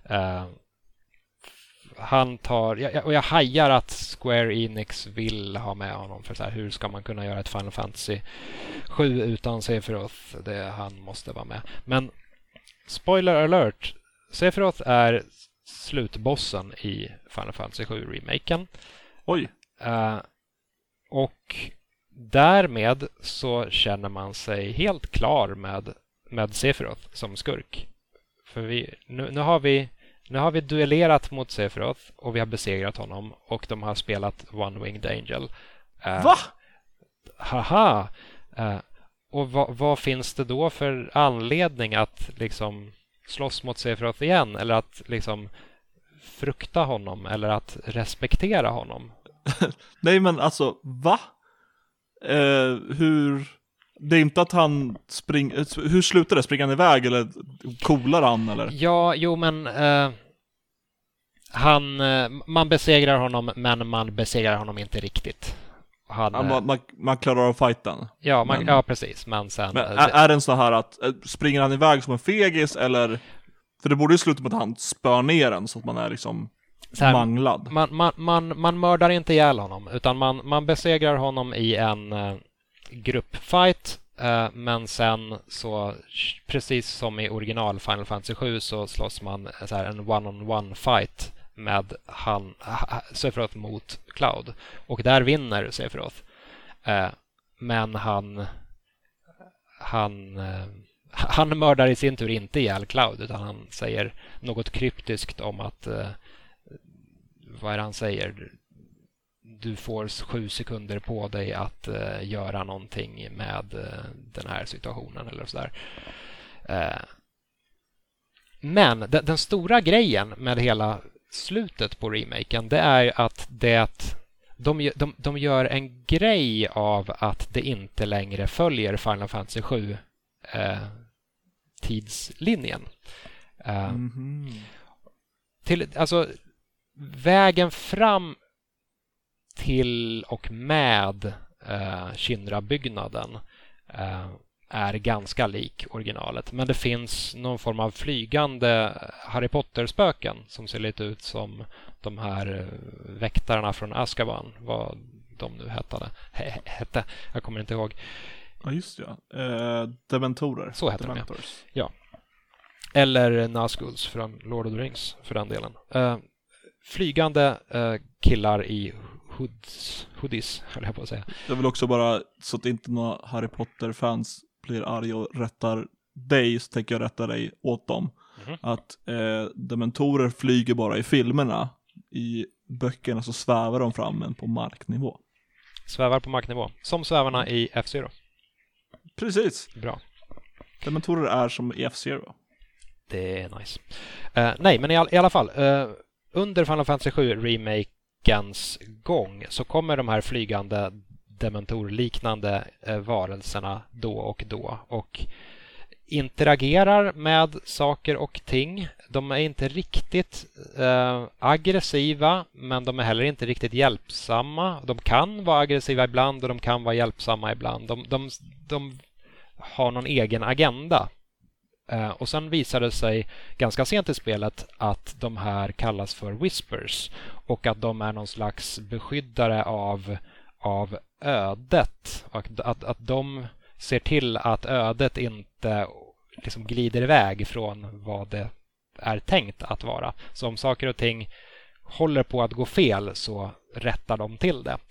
[SPEAKER 2] Han tar, och jag hajar att Square Enix vill ha med honom, för så här, hur ska man kunna göra ett Final Fantasy 7 utan Sephiroth? Han måste vara med. Men spoiler alert, Sephiroth är slutbossen i Final Fantasy 7 remaken.
[SPEAKER 1] Oj.
[SPEAKER 2] Och därmed så känner man sig helt klar med Sephiroth som skurk. För nu har vi duellerat mot Sephiroth och vi har besegrat honom och de har spelat One Winged Angel.
[SPEAKER 1] Va?
[SPEAKER 2] Haha! Och vad finns det då för anledning att liksom slåss mot Sephiroth igen, eller att liksom frukta honom eller att respektera honom?
[SPEAKER 1] Nej, men alltså, va? Det är inte att han hur slutar det? Springer han iväg eller coolar han eller?
[SPEAKER 2] Ja, jo men man besegrar honom, men man besegrar honom inte riktigt.
[SPEAKER 1] Man klarar av fighten.
[SPEAKER 2] Ja, ja precis, men sen
[SPEAKER 1] är det en så här att springer han iväg som en fegis, eller för det borde ju sluta med att han spör ner en så att man är liksom här, manglad.
[SPEAKER 2] Man mördar inte ihjäl honom, utan man besegrar honom i en gruppfight, men sen så precis som i original Final Fantasy 7 så slåss man så här en one-on-one fight med Sephiroth mot Cloud, och där vinner Sephiroth, men han mördar i sin tur inte ihjäl Cloud, utan han säger något kryptiskt om att vad är det han säger? Du får 7 sekunder på dig att göra någonting med den här situationen eller sådär. Men den stora grejen med hela slutet på remaken, det är att de gör en grej av att det inte längre följer Final Fantasy 7 tidslinjen. Alltså vägen fram till och med Shinra-byggnaden är ganska lik originalet, men det finns någon form av flygande Harry Potter-spöken som ser lite ut som de här väktarna från Azkaban, vad de nu hette. Jag kommer inte ihåg.
[SPEAKER 1] Ja, just det. Dementorer.
[SPEAKER 2] Så heter de, ja. Eller Nazguls från Lord of the Rings, för den delen. Flygande killar i hoodies, höll jag på att säga.
[SPEAKER 1] Jag vill också bara, så att inte några Harry Potter-fans blir arga och rättar dig, så tänker jag rätta dig åt dem. Att dementorer flyger bara i filmerna. I böckerna så svävar de fram, men på marknivå.
[SPEAKER 2] Svävar på marknivå. Som svävarna i F-Zero.
[SPEAKER 1] Precis.
[SPEAKER 2] Bra.
[SPEAKER 1] Dementorer är som i F-Zero.
[SPEAKER 2] Det är nice. Nej, men i alla fall. Under Final Fantasy 7 remakens gång så kommer de här flygande dementorliknande varelserna då och interagerar med saker och ting. De är inte riktigt aggressiva, men de är heller inte riktigt hjälpsamma. De kan vara aggressiva ibland och de kan vara hjälpsamma ibland. De har någon egen agenda. Och sen visade det sig ganska sent i spelet att de här kallas för Whispers och att de är någon slags beskyddare av ödet. Att de ser till att ödet inte liksom glider iväg från vad det är tänkt att vara. Så om saker och ting håller på att gå fel så rättar de till det.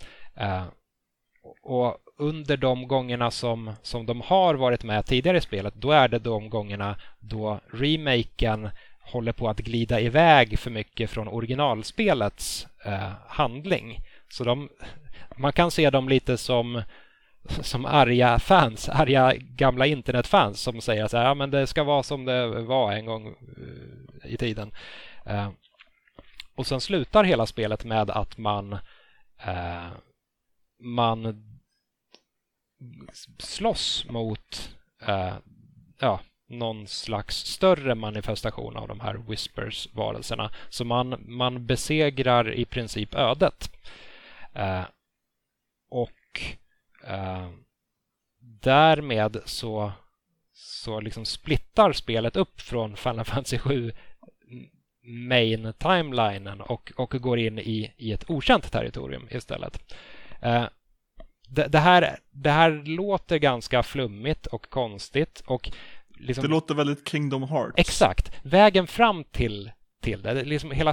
[SPEAKER 2] Och under de gångerna som de har varit med tidigare i spelet, då är det de gångerna då remaken håller på att glida iväg för mycket från originalspelets handling. Så man kan se dem lite som arga gamla internetfans som säger så här, ja men det ska vara som det var en gång i tiden. Och sen slutar hela spelet med att man slåss mot någon slags större manifestation av de här Whispers-varelserna. Så man besegrar i princip ödet. Och därmed så liksom splittar spelet upp från Final Fantasy 7 main timelinen och går in i ett okänt territorium istället. Det här låter ganska flummigt och konstigt och liksom,
[SPEAKER 1] det låter väldigt Kingdom Hearts.
[SPEAKER 2] Exakt. Vägen fram till det liksom hela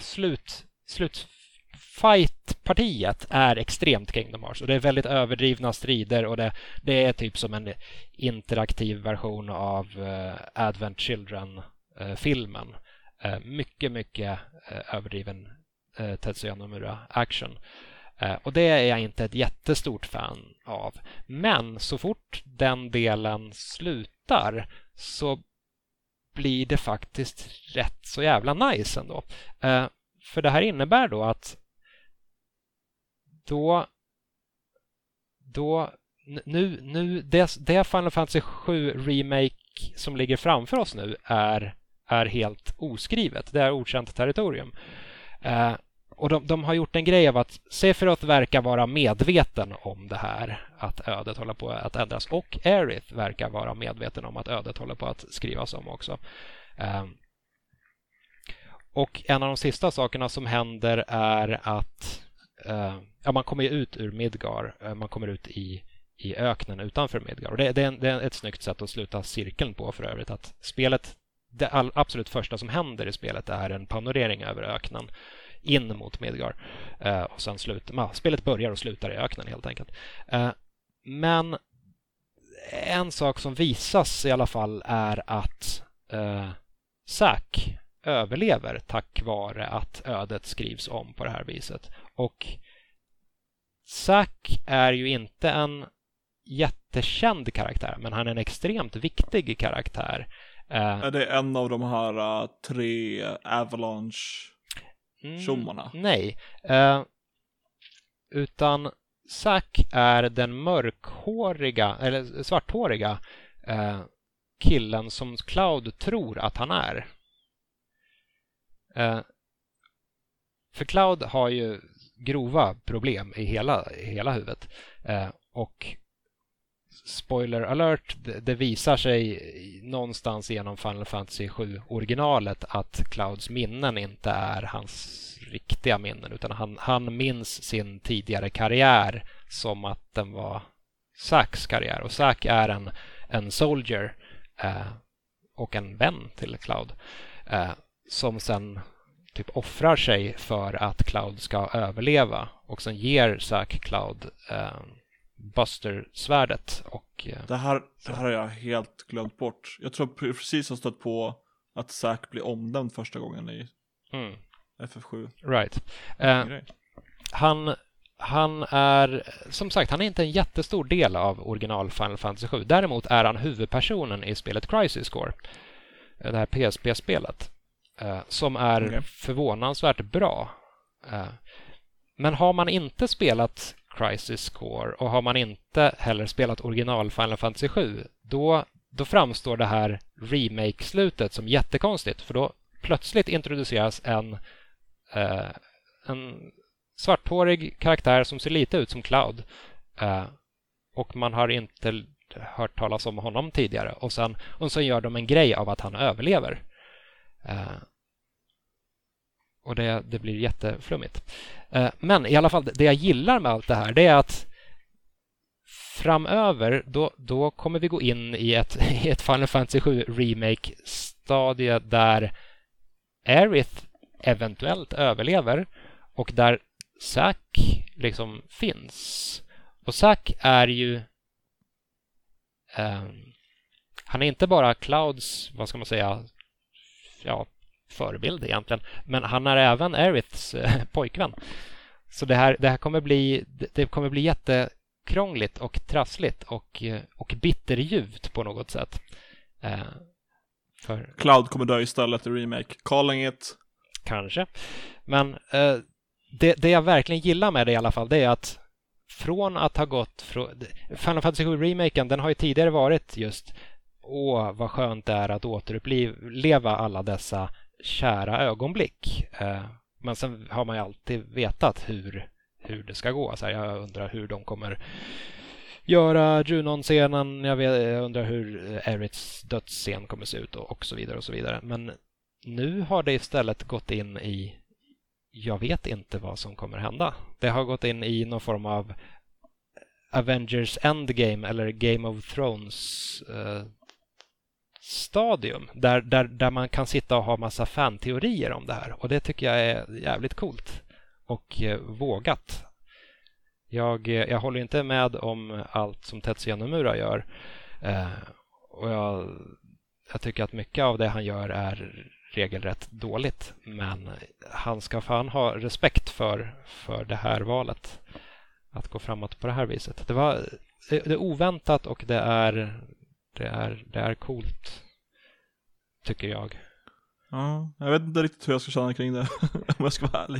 [SPEAKER 2] slutfight-partiet är extremt Kingdom Hearts och det är väldigt överdrivna strider och det är typ som en interaktiv version av Advent Children-filmen. Mycket överdriven Tetsuya Nomura action. Och det är jag inte ett jättestort fan av. Men så fort den delen slutar så blir det faktiskt rätt så jävla nice ändå. För det här innebär då att det Final Fantasy 7 Remake som ligger framför oss nu är helt oskrivet. Det är okänt territorium. Och de har gjort en grej av att Sephiroth verkar vara medveten om det här, att ödet håller på att ändras. Och Aerith verkar vara medveten om att ödet håller på att skrivas om också. Och en av de sista sakerna som händer är att man kommer ut ur Midgar. Man kommer ut i öknen utanför Midgar. Och det är ett snyggt sätt att sluta cirkeln på för övrigt. Att det absolut första som händer i spelet är en panorering över öknen in mot Midgar. Och sen spelet börjar och slutar i öknen helt enkelt. Men en sak som visas i alla fall är att Zack överlever tack vare att ödet skrivs om på det här viset. Och Zack är ju inte en jättekänd karaktär, men han är en extremt viktig karaktär.
[SPEAKER 1] Är det en av de här 3 Avalanche-tjommarna?
[SPEAKER 2] Nej. Utan Zack är den mörkhåriga, eller svarthåriga killen som Cloud tror att han är. För Cloud har ju grova problem i hela huvudet. Och spoiler alert, det visar sig någonstans genom Final Fantasy 7 originalet att Clouds minnen inte är hans riktiga minnen, utan han minns sin tidigare karriär som att den var Zacks karriär. Och Zack är en soldier och en vän till Cloud som sen typ offrar sig för att Cloud ska överleva, och sen ger Zack Cloud Buster-svärdet. Och
[SPEAKER 1] det här har jag helt glömt bort. Jag tror precis har stött på att Zack blir omnämnd första gången i FF7.
[SPEAKER 2] Right. Han är, som sagt, han är inte en jättestor del av original Final Fantasy 7. Däremot är han huvudpersonen i spelet Crisis Core. Det här PSP-spelet. Som är förvånansvärt bra. Men har man inte spelat Crisis Core och har man inte heller spelat original Final Fantasy 7, då framstår det här remake-slutet som jättekonstigt, för då plötsligt introduceras en svarthårig karaktär som ser lite ut som Cloud, och man har inte hört talas om honom tidigare, och sen gör de en grej av att han överlever. Och det blir jätteflummigt. Men i alla fall, det jag gillar med allt det här, det är att framöver då kommer vi gå in i ett Final Fantasy 7 remake-stadie där Aerith eventuellt överlever och där Zack liksom finns. Och Zack är ju han är inte bara Clouds, vad ska man säga, förebild egentligen, men han är även Aeriths pojkvän. Så det här kommer bli jättekrångligt och trassligt och bitterljuvt på något sätt. För
[SPEAKER 1] Cloud kommer dö istället i remake. Calling it.
[SPEAKER 2] Kanske. Men det jag verkligen gillar med det i alla fall, det är att från att ha gått från Final Fantasy 7 remaken, den har ju tidigare varit just vad skönt det är att återuppleva alla dessa kära ögonblick. Men sen har man ju alltid vetat hur det ska gå. Så här, jag undrar hur de kommer göra Junon-scenen. Jag undrar hur Aeriths dödsscen kommer se ut och så vidare och så vidare. Men nu har det istället gått in i, jag vet inte vad som kommer hända. Det har gått in i någon form av Avengers Endgame eller Game of Thrones stadium där man kan sitta och ha massa fanteorier om det här. Och det tycker jag är jävligt coolt och vågat. Jag håller inte med om allt som Tetsuya Nomura gör. Och jag tycker att mycket av det han gör är regelrätt dåligt. Men han ska fan ha respekt för det här valet. Att gå framåt på det här viset. Det är oväntat och det är coolt, tycker jag.
[SPEAKER 1] Ja, jag vet inte riktigt hur jag ska känna kring det, om jag ska vara ärlig.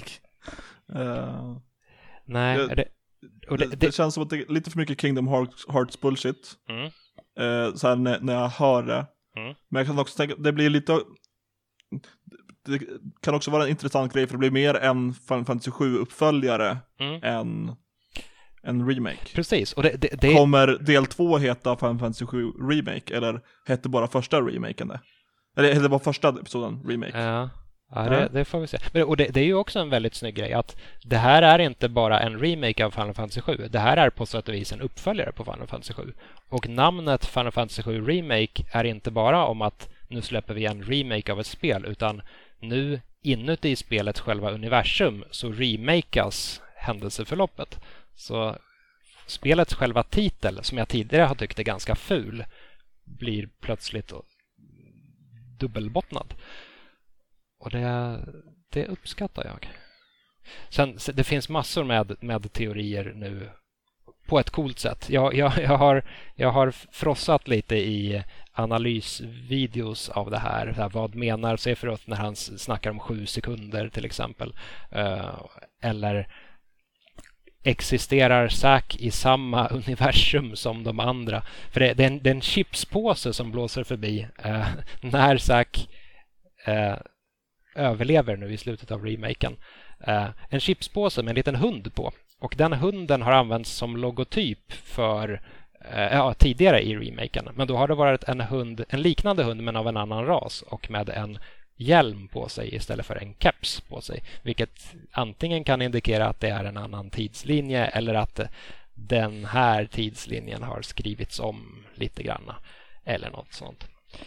[SPEAKER 2] Nej,
[SPEAKER 1] det känns som att det är lite för mycket Kingdom Hearts bullshit. Så här när jag hör det. Men jag kan också tänka, det blir lite... Det kan också vara en intressant grej, för det blir mer en Final Fantasy 7-uppföljare än en remake.
[SPEAKER 2] Precis. Och det...
[SPEAKER 1] Kommer del 2 heta Final Fantasy 7 Remake, eller hette bara första remaken det? Eller hette bara första episoden remake?
[SPEAKER 2] Ja, det får vi se. Och det är ju också en väldigt snygg grej att det här är inte bara en remake av Final Fantasy 7. Det här är på sätt och vis en uppföljare på Final Fantasy 7. Och namnet Final Fantasy 7 Remake är inte bara om att nu släpper vi en remake av ett spel, utan nu inuti spelets själva universum så remakas händelseförloppet. Så spelets själva titel, som jag tidigare har tyckt är ganska ful, blir plötsligt dubbelbottnad. Och det uppskattar jag. Sen, det finns massor med teorier nu på ett coolt sätt. Jag har frossat lite i analysvideos av det här. Vad menar Sephiroth när han snackar om 7 sekunder till exempel? Eller existerar Zack i samma universum som de andra? För det är en chipspåse som blåser förbi när Zack överlever nu i slutet av remaken. En chipspåse med en liten hund på. Och den hunden har använts som logotyp för tidigare i remaken. Men då har det varit en liknande hund men av en annan ras och med en hjälm på sig istället för en keps på sig. Vilket antingen kan indikera att det är en annan tidslinje eller att den här tidslinjen har skrivits om lite grann. Eller något sånt.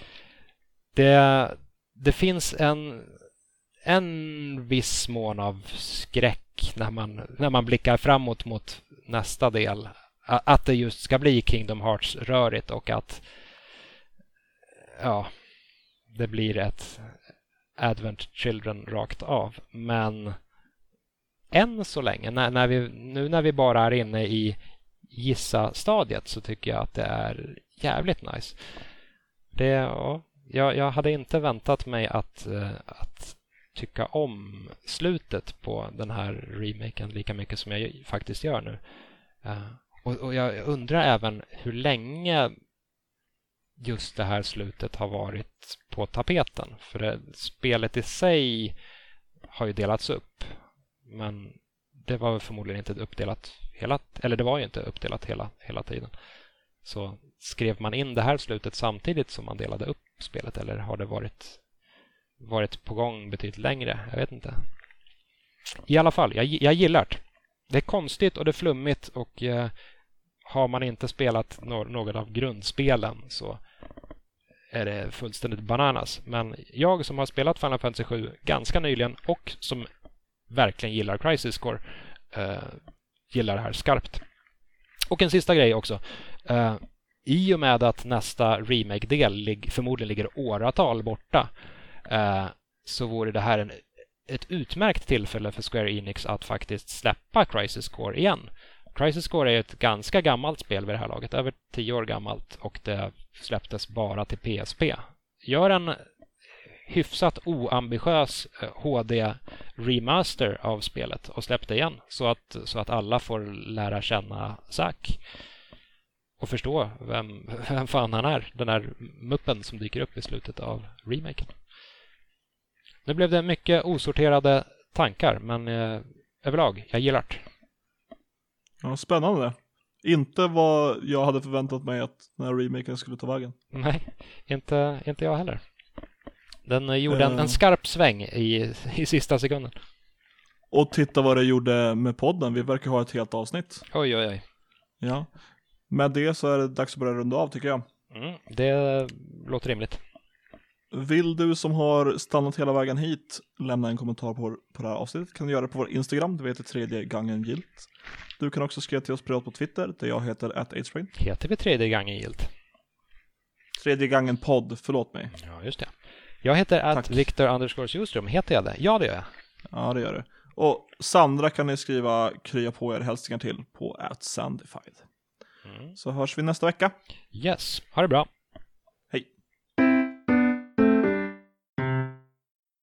[SPEAKER 2] Det finns en viss mån av skräck när man blickar framåt mot nästa del. Att det just ska bli Kingdom Hearts rörigt och att det blir ett Advent Children rakt av. Men än så länge, när vi bara är inne i gissa-stadiet, så tycker jag att det är jävligt nice. Jag hade inte väntat mig att tycka om slutet på den här remaken lika mycket som jag faktiskt gör nu. Och jag undrar även hur länge just det här slutet har varit på tapeten. För spelet i sig har ju delats upp. Men det var förmodligen inte uppdelat det var ju inte uppdelat hela tiden. Så skrev man in det här slutet samtidigt som man delade upp spelet, eller har det varit på gång betydligt längre? Jag vet inte. I alla fall, jag gillar det. Det är konstigt och det är flummigt och har man inte spelat något av grundspelen så är det fullständigt bananas. Men jag som har spelat Final Fantasy 7 ganska nyligen och som verkligen gillar Crisis Core gillar det här skarpt. Och en sista grej också. I och med att nästa remake-del förmodligen ligger åratal borta så vore det här ett utmärkt tillfälle för Square Enix att faktiskt släppa Crisis Core igen. Crisis Core är ett ganska gammalt spel vid det här laget, över 10 år gammalt, och det släpptes bara till PSP. Gör en hyfsat oambitiös HD-remaster av spelet och släpp det igen så att alla får lära känna Zack. att förstå vem fan han är. Den här muppen som dyker upp i slutet av remaken. Nu blev det mycket osorterade tankar, men överlag, jag gillar det.
[SPEAKER 1] Ja, spännande. Inte vad jag hade förväntat mig att den här remaken skulle ta vägen.
[SPEAKER 2] Nej, inte jag heller. Den gjorde en skarp sväng i sista sekunden.
[SPEAKER 1] Och titta vad det gjorde med podden. Vi verkar ha ett helt avsnitt.
[SPEAKER 2] Oj.
[SPEAKER 1] Ja. Med det så är det dags att börja runda av, tycker jag.
[SPEAKER 2] Det låter rimligt.
[SPEAKER 1] Vill du som har stannat hela vägen hit lämna en kommentar på det här avsnittet, kan du göra det på vår Instagram, det heter tredje gången gillt. Du kan också skriva till oss privat på Twitter, där jag heter @8sprain.
[SPEAKER 2] Heter vi tredje gången gillt?
[SPEAKER 1] Tredje gången podd, förlåt mig.
[SPEAKER 2] Ja, just det. Jag heter @Victor_Ljungström. Heter jag det? Ja, det gör jag.
[SPEAKER 1] Ja, det gör du. Och Sandra kan ni skriva krya på er hälsningar till på @sandified. Så hörs vi nästa vecka.
[SPEAKER 2] Yes, ha det bra.